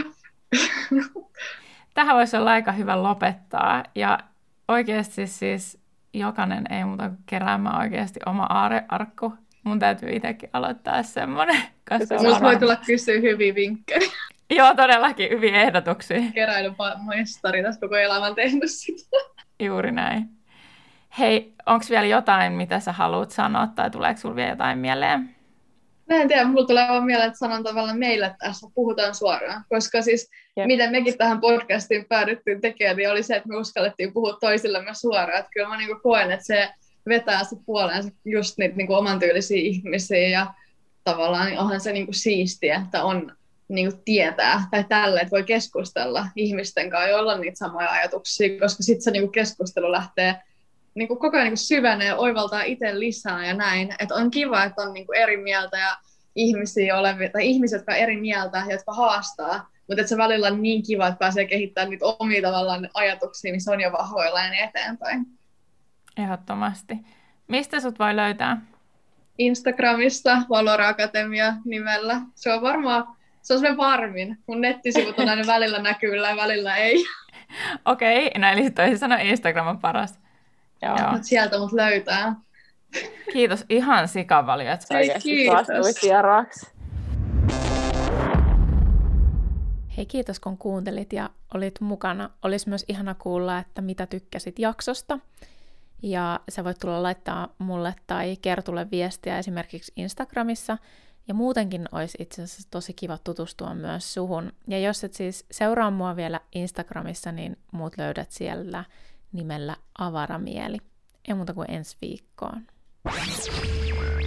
Tähän voisi olla aika hyvä lopettaa. Ja oikeasti siis jokainen ei muuta kuin keräämään oikeasti oma aarearkku. Mun täytyy itsekin aloittaa semmoinen. Musta voi tulla kysyä hyviä vinkkejä. Joo, todellakin hyviä ehdotuksia. Keräilymestari tässä koko elämän tehnyt sitä. Juuri näin. Hei, onko vielä jotain, mitä sä haluat sanoa, tai tuleeko sulla vielä jotain mieleen? Mä en tiedä, mulla tulee vaan mieleen, että sanon tavallaan meille tässä, puhutaan suoraan. Koska siis, Jep. miten mekin tähän podcastiin päädyttiin tekemään, niin oli se, että me uskallettiin puhua toisillemme suoraan. Että kyllä mä niinku koen, että se vetää se puoleensa just niitä niinku oman tyylisiä ihmisiä, ja tavallaan niin onhan se niinku siistiä, että on niinku tietää, tai tälle, että voi keskustella ihmisten kanssa, joilla on niitä samoja ajatuksia, koska sitten se niinku keskustelu lähtee niin kuin koko ajan niin kuin syvenee, oivaltaa itse lisää ja näin. Että on kiva, että on niin kuin eri mieltä ja ihmisiä olevia, tai ihmisiä, jotka on eri mieltä ja jotka haastaa. Mutta että se välillä on niin kiva, että pääsee kehittämään niitä omia tavallaan ajatuksia, missä on jo vahvoilla ja niin eteenpäin. Ehdottomasti. Mistä sut voi löytää? Instagramista, Valora Akatemia nimellä. Se on varmaan, se on semmoinen varmin. Mun nettisivut on aina välillä näkyvillä ja välillä ei. Okei, okay, no eli toisin sanoen Instagram on paras. Joo. Mut sieltä mut löytää. Kiitos ihan sikavaliot. Että Hei, kiitos. Hei, kiitos kun kuuntelit ja olit mukana. Olisi myös ihana kuulla, että mitä tykkäsit jaksosta. Ja sä voit tulla laittaa mulle tai Kertulle viestiä esimerkiksi Instagramissa. Ja muutenkin olisi itse asiassa tosi kiva tutustua myös suhun. Ja jos et siis seuraa mua vielä Instagramissa, niin muut löydät siellä nimellä Avaramieli. Ei muuta kuin ensi viikkoon.